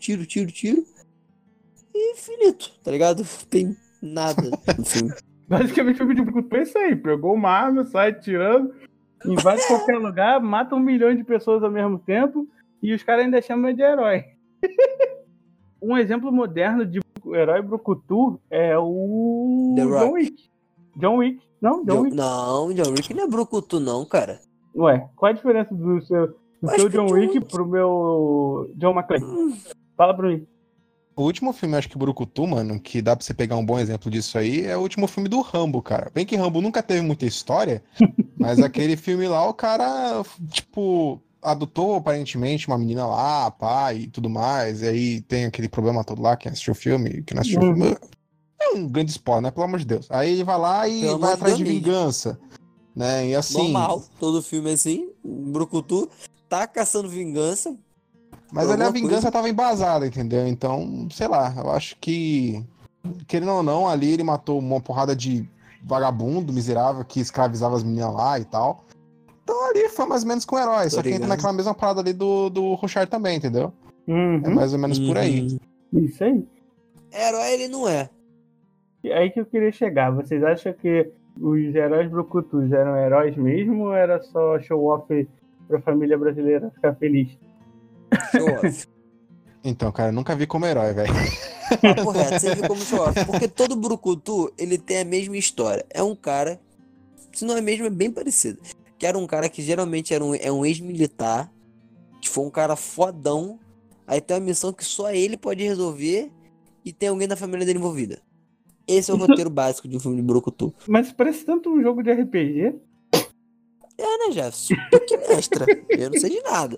e finito, tá ligado? Não tem nada no filme. Basicamente o filme de Brucutu é isso aí, pegou uma arma, sai tirando, Invade qualquer lugar, mata 1 milhão de pessoas ao mesmo tempo e os caras ainda chamam de herói. Um exemplo moderno de herói brucutu é o The Rock. John Wick. John Wick. Não, John Wick. Não, John Wick não é brucutu não, cara. Ué, qual a diferença do seu Acho que John John Wick pro meu John McClane? Fala pra mim. O último filme, acho que Brucutu, mano, que dá pra você pegar um bom exemplo disso aí, é o último filme do Rambo, cara. Bem que Rambo nunca teve muita história, mas aquele filme lá, o cara, tipo, adotou aparentemente uma menina lá, pai e tudo mais, e aí tem aquele problema todo lá, quem assistiu o filme, quem não assistiu o filme. É um grande spoiler, né? Pelo amor de Deus. Aí ele vai lá e Pelo vai amor de atrás de Deus, vingança, né? E assim... Normal, todo filme é assim. Brucutu tá caçando vingança. Mas por ali a alguma vingança coisa. tava embasada, entendeu? Então, sei lá, eu acho que, querendo ou não, ali ele matou uma porrada de vagabundo, miserável, que escravizava as meninas lá e tal. Então ali foi mais ou menos com o herói, só que entra ligado. naquela mesma parada ali do Rochard também, entendeu? É Uhum. mais ou menos por aí. Isso aí. Herói ele não é. E aí que eu queria chegar. Vocês acham que os heróis brucutus eram heróis mesmo ou era só show-off pra família brasileira ficar feliz? Show off. Então, cara, eu nunca vi como herói, velho. Papo reto, você viu como show off. Porque todo brucutu, ele tem a mesma história. É um cara, se não é mesmo, é bem parecido. Que era um cara que geralmente é um ex-militar, que foi um cara fodão. Aí tem uma missão que só ele pode resolver e tem alguém da família dele envolvida. Esse é o roteiro básico de um filme de brucutu. Mas parece tanto um jogo de RPG. É, né, Jefferson? Tu que mestra. Eu não sei de nada.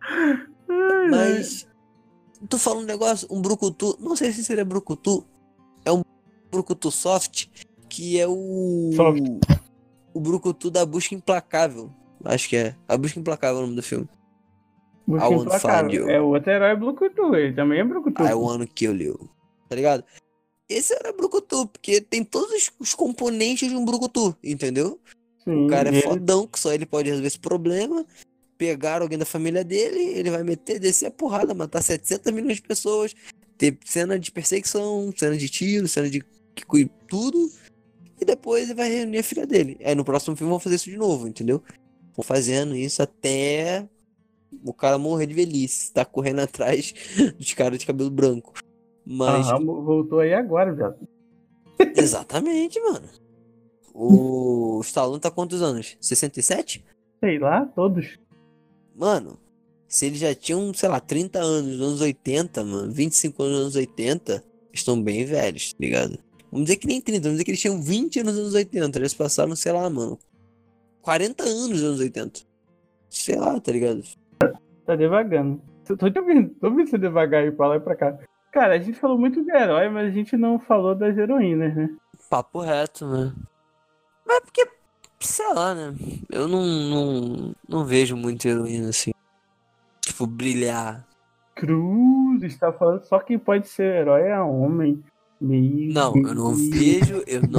Mas tu fala um negócio, um brucutu, não sei se seria brucutu, é um brucutu soft, que é o brucutu da Busca Implacável. Acho que é. A Busca Implacável é o nome do filme. Busca I won't Implacável. find you. É outro herói brucutu. Ele também é brucutu. I wanna kill you. Tá ligado? Esse era brucutu, porque tem todos os componentes de um brucutu, entendeu? Sim, O cara é ele- fodão, que só ele pode resolver esse problema. Pegar alguém da família dele, ele vai meter, descer a porrada, matar 700 milhões de pessoas, ter cena de perseguição, cena de tiro, cena de tudo, e depois ele vai reunir a filha dele. Aí no próximo filme vão fazer isso de novo, entendeu? Vão fazendo isso até o cara morrer de velhice, tá correndo atrás dos caras de cabelo branco. Mas, Aham, voltou aí agora, já. exatamente, mano. O Stallone tá quantos anos? 67? Sei lá, todos. Mano, se eles já tinham, sei lá, 30 anos nos anos 80, mano, 25 anos nos anos 80, estão bem velhos, tá ligado? Vamos dizer que nem 30, vamos dizer que eles tinham 20 anos nos anos 80, eles passaram, sei lá, mano, 40 anos nos anos 80. Sei lá, tá ligado? Tá devagando. Tô te ouvindo, tô ouvindo você devagar aí pra lá e pra cá. Cara, a gente falou muito de herói, mas a gente não falou das heroínas, né? Papo reto, né? Mas porque, sei lá, né? Eu não vejo muito heroína assim. Tipo, brilhar. Cruz está falando só quem pode ser herói é homem. Não, eu não vejo.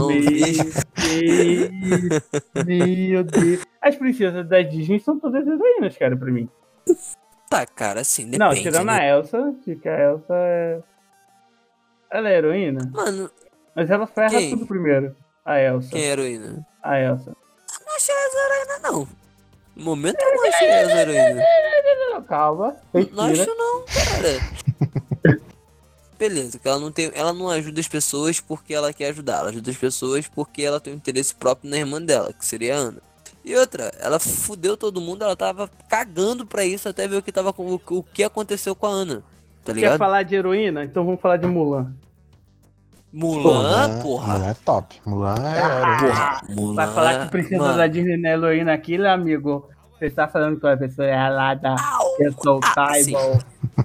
Meu Deus. As princesas da Disney são todas heroínas, cara, pra mim. Tá, cara, assim, depende. Não, tirando né? a Elsa, que a Elsa é. Ela é heroína, Mano, mas ela ferra Quem? tudo primeiro. A Elsa. quem é heroína? A Elsa. Não achei essa heroína, não. No momento eu não achei essa heroína. Não, calma. Não Respira. acho não, cara. Beleza, que ela não ajuda as pessoas porque ela quer ajudar. Ela ajuda as pessoas porque ela tem um interesse próprio na irmã dela, que seria a Ana. E outra, ela fudeu todo mundo, ela tava cagando pra isso até ver o que aconteceu com a Ana. Tá Quer ligado? falar de heroína? Então vamos falar de Mulan. Mulan, porra. Mulan é top. Mulan é herói. Porra, Mulan. Vai falar que princesa mano. da Disney não é heroína aquilo, amigo? Você tá falando que a pessoa é lá da Castle sim. Table.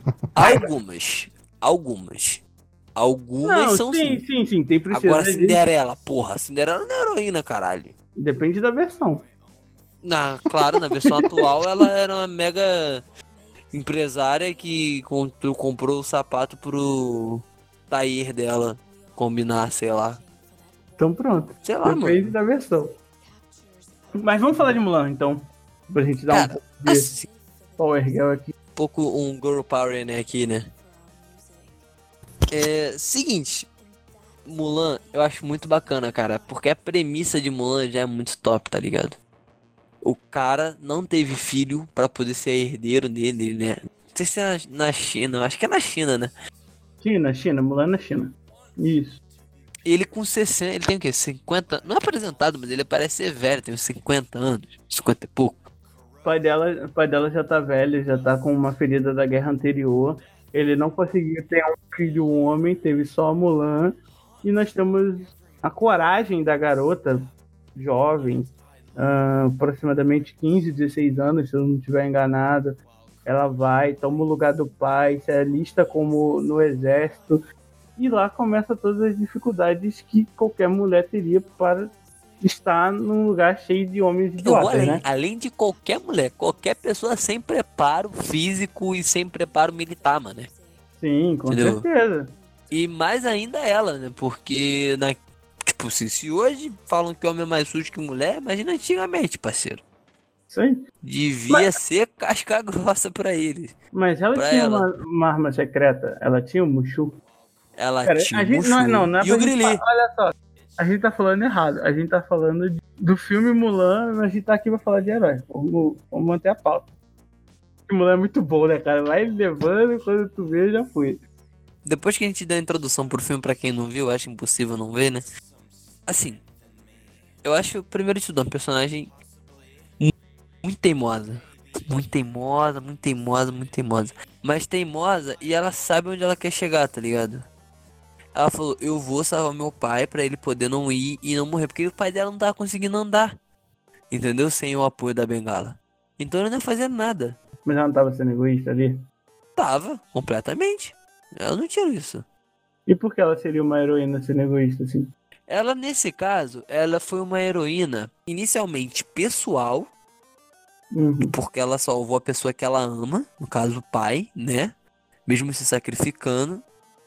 Algumas Não, são sim, sim. sim, tem princesa Agora da Disney. Cinderela, porra. Cinderela não é heroína, caralho. Depende da versão. Claro, na versão atual ela era uma mega empresária que comprou o sapato pro Tair dela combinar, sei lá. Então pronto. Sei lá, Depende mano. da versão. Mas vamos falar de Mulan, então. Pra gente dar um Cara, pouco de assim, Power Girl aqui. um pouco um girl power, né, aqui, né? Seguinte, Mulan eu acho muito bacana, cara, porque a premissa de Mulan já é muito top, tá ligado? O cara não teve filho pra poder ser herdeiro dele, né? Não sei se é na China, eu acho que é na China, né? China, Mulan na China. Isso. Ele com 60, ele tem o quê? 50? Não é apresentado, mas ele parece ser velho, tem uns 50 anos, 50 e pouco. O pai dela já tá velho, já tá com uma ferida da guerra anterior. Ele não conseguiu ter um filho homem, teve só a Mulan. E nós temos a coragem da garota, jovem, aproximadamente 15, 16 anos, se eu não estiver enganado. Ela vai, toma o lugar do pai, se alista como no exército. E lá começa todas as dificuldades que qualquer mulher teria para estar num lugar cheio de homens Eu vou idiotas, né? além de qualquer mulher, qualquer pessoa sem preparo físico e sem preparo militar, mano. Né? Sim, com Entendeu? certeza. E mais ainda ela, né? Porque, tipo assim, se hoje falam que homem é mais sujo que mulher, imagina antigamente, parceiro. Isso aí. Devia ser casca grossa pra eles. Mas ela Pra tinha ela. uma arma secreta, ela tinha um Mushu. Ela Cara, tinha a o gente Mushu não é e o pra gente Grilli. olha só, a gente tá falando errado. A gente tá falando do filme Mulan, mas a gente tá aqui pra falar de herói. Vamos manter a pauta. O Mulan é muito bom, né, cara? Vai levando, quando tu vê, já foi. Depois que a gente dá a introdução pro filme, pra quem não viu, eu acho impossível não ver, né? Assim, eu acho, primeiro de tudo, uma personagem muito teimosa. Muito teimosa, muito teimosa, muito teimosa. Mas teimosa e ela sabe onde ela quer chegar, tá ligado? Ela falou, eu vou salvar meu pai pra ele poder não ir e não morrer. Porque o pai dela não tava conseguindo andar. Entendeu? Sem o apoio da bengala. Então ela não ia fazer nada. Mas ela não tava sendo egoísta ali? Tava, completamente. Ela não tinha isso. E por que ela seria uma heroína sendo egoísta, assim? Ela, nesse caso, ela foi uma heroína inicialmente pessoal. Uhum. Porque ela salvou a pessoa que ela ama. No caso, o pai, né? Mesmo se sacrificando.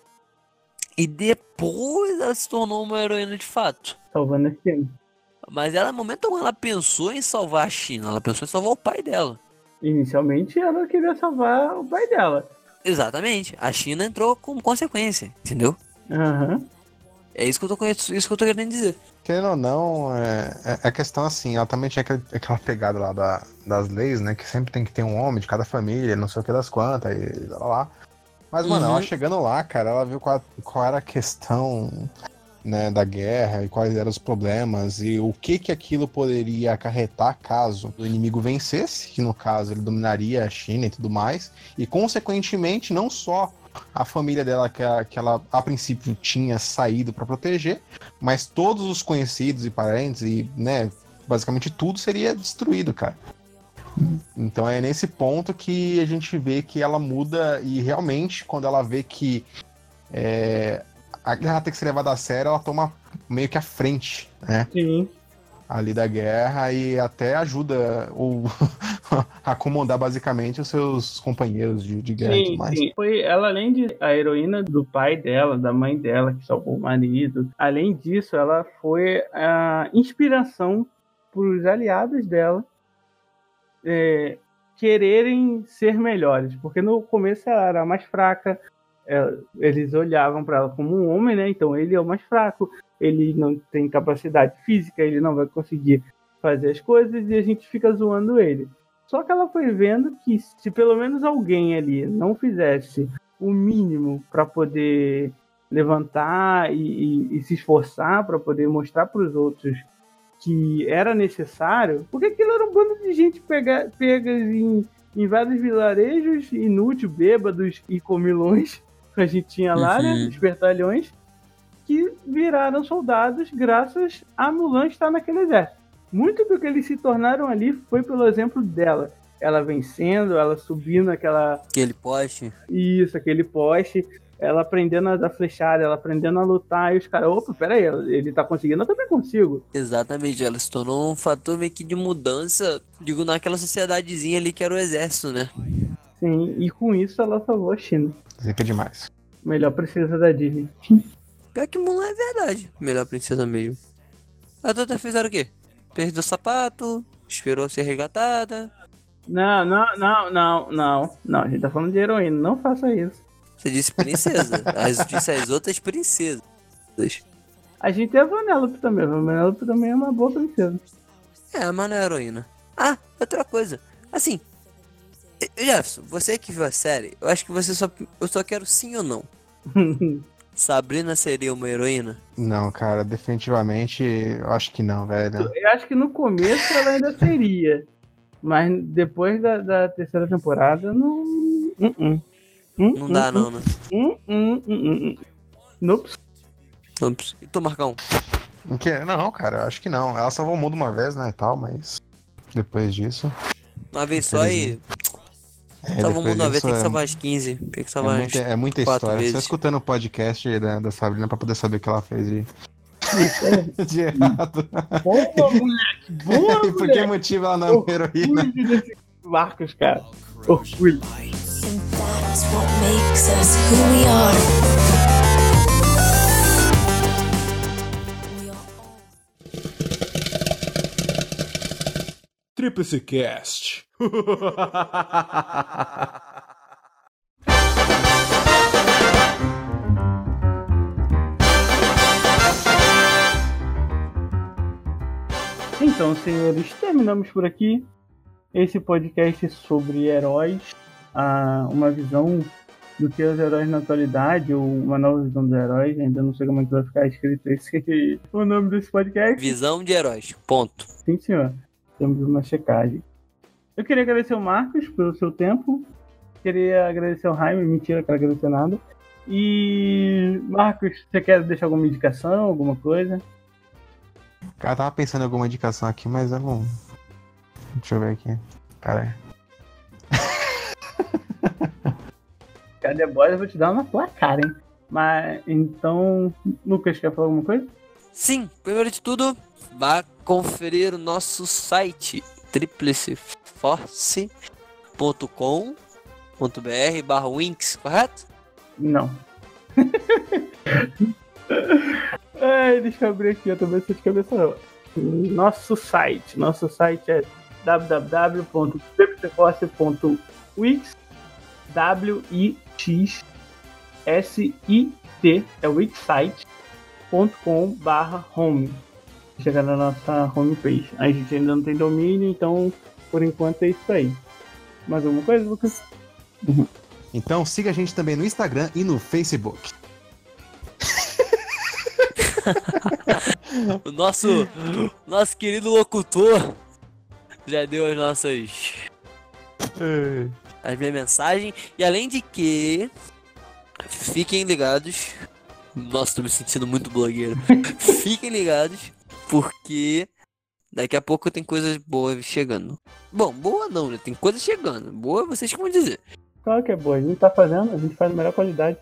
E depois ela se tornou uma heroína de fato. Salvando a China. Mas ela, no momento algum, ela pensou em salvar a China. Ela pensou em salvar o pai dela. Inicialmente, ela queria salvar o pai dela. Exatamente. A China entrou como consequência, entendeu? Aham. É isso que eu tô querendo dizer. Querendo ou não, é questão assim, ela também tinha aquela pegada lá das leis, né? Que sempre tem que ter um homem de cada família, não sei o que das quantas, e lá. Mas, mano, ela chegando lá, cara, ela viu qual era a questão, né, da guerra e quais eram os problemas e o que aquilo poderia acarretar caso o inimigo vencesse, que no caso ele dominaria a China e tudo mais, e consequentemente não só a família dela que ela a princípio tinha saído para proteger, mas todos os conhecidos e parentes e, né, basicamente tudo seria destruído, cara. Então é nesse ponto que a gente vê que ela muda e realmente quando ela vê que a guerra tem que ser levada a sério, ela toma meio que a frente, né? Sim. Ali da guerra e até ajuda a acomodar basicamente os seus companheiros de guerra e tudo mais. Sim. Foi ela, além de a heroína do pai dela, da mãe dela, que salvou o marido. Além disso, ela foi a inspiração para os aliados dela quererem ser melhores. Porque no começo ela era mais fraca, eles olhavam para ela como um homem, né? Então ele é o mais fraco, ele não tem capacidade física, ele não vai conseguir fazer as coisas e a gente fica zoando ele. Só que ela foi vendo que se pelo menos alguém ali não fizesse o mínimo para poder levantar e se esforçar para poder mostrar para os outros que era necessário, porque aquilo era um bando de gente pegas em vários vilarejos inúteis, bêbados e comilões que a gente tinha lá, né? Os espertalhões, que viraram soldados graças a Mulan estar naquele exército. Muito do que eles se tornaram ali foi pelo exemplo dela. Ela vencendo, ela subindo aquele poste. Isso, aquele poste. Ela aprendendo a dar flechada, ela aprendendo a lutar. E os caras, opa, peraí, ele tá conseguindo, eu também consigo. Exatamente, ela se tornou um fator meio que de mudança, digo, naquela sociedadezinha ali que era o exército, né? Sim, e com isso ela salvou a China. Zica demais. Melhor princesa da Disney. Pior que Mulan é verdade, melhor princesa mesmo. As outras fizeram o quê? Perdeu o sapato, esperou ser resgatada. Não, a gente tá falando de heroína, não faça isso. Você disse princesa, disse as outras princesas. A gente tem a Vanellope também é uma boa princesa. É, mas não é heroína. Ah, outra coisa. Assim, Jefferson, você que viu a série, eu acho que eu só quero sim ou não. Sabrina seria uma heroína? Não, cara, definitivamente eu acho que não, velho. Eu acho que no começo ela ainda seria. Mas depois da terceira temporada, não. Não dá não, né? Nope. Ups. E tu, Marcão? Não, cara, eu acho que não. Ela salvou o mundo uma vez, né, e tal, mas depois disso... Uma vez só e... Salva o mundo uma vez, tem que salvar as 15. Tem que salvar as É muita 4 história. Só vezes. escutando o podcast da Sabrina pra poder saber o que ela fez de errado. Boa, moleque! Boa, E por que motivo ela não é uma heroína? Orgulho desse Marcos, cara. Orgulho. And that's what makes us who we are. We are all Tríplice Cast. Então, senhores, terminamos por aqui esse podcast sobre heróis, uma visão do que os heróis na atualidade, ou uma nova visão dos heróis. Ainda não sei como é que vai ficar escrito o nome desse podcast. Visão de heróis. Ponto. Sim, senhor. Temos uma checagem. Eu queria agradecer o Marcos pelo seu tempo. Queria agradecer o Jaime. Mentira, não quero agradecer nada. E, Marcos, você quer deixar alguma indicação, alguma coisa? Cara, tava pensando em alguma indicação aqui, mas eu não... Deixa eu ver aqui. Cara, Cadê boy? Eu vou te dar uma na tua cara, hein? Mas, então, Lucas, quer falar alguma coisa? Sim, primeiro de tudo, vá conferir o nosso site tripliceforce.com.br/winx, correto? Não. Ai, deixa eu abrir aqui, eu também sou de cabeça não. Nosso site é www.tripliceforce.wix, WIXSIT, é wixsite.com/home. Chegar na nossa homepage. A gente ainda não tem domínio, então por enquanto é isso aí. Mais alguma coisa, Lucas? então siga a gente também no Instagram e no Facebook. O nosso querido locutor já deu as minhas mensagens. E além de que, fiquem ligados. Nossa, tô me sentindo muito blogueiro. Fiquem ligados, porque daqui a pouco tem coisas boas chegando. Bom, boa não, né? Tem coisas chegando. Boa vocês que vão dizer. Claro que é boa, a gente tá fazendo, a gente faz a melhor qualidade.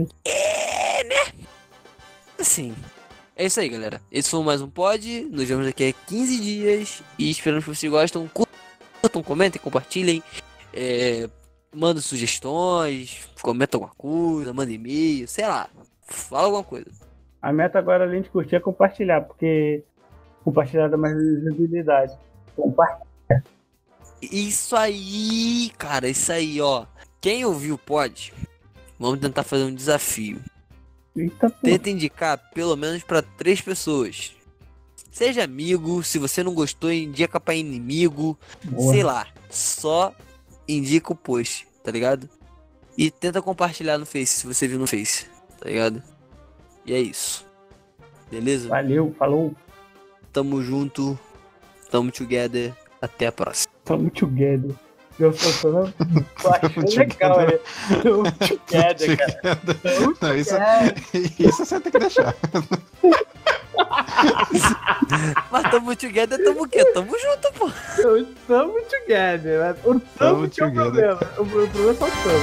Assim, é isso aí, galera. Esse foi mais um pod. Nos vemos daqui a 15 dias. E esperamos que vocês gostem. Curtam, comentem, compartilhem. Mandem sugestões. Comentem alguma coisa. Mandem e-mail. Sei lá. Fala alguma coisa. A meta agora, além de curtir, é compartilhar, porque compartilhar dá mais visibilidade. Compartilha. Isso aí, cara. Isso aí, ó. Quem ouviu o pod, vamos tentar fazer um desafio. Eita, pô. Tenta indicar pelo menos pra 3 pessoas. Seja amigo, se você não gostou, indica pra inimigo. Boa. Sei lá. Só indica o post, tá ligado? E tenta compartilhar no Face, se você viu no Face, tá ligado? E é isso. Beleza? Valeu, falou. Tamo junto. Tamo together. Até a próxima. Tamo together. Eu achou legal, né? Tamo together, cara. Tamo Não, isso você tem que deixar. Mas tamo together, tamo o quê? Tamo junto, pô. Tamo together. Mas o tamo que é o together. problema. O problema é só o tamo.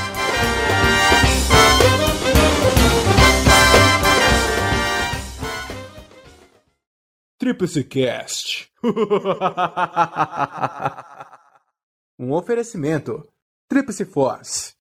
Tríplice Cast. Um oferecimento. Tríplice Force.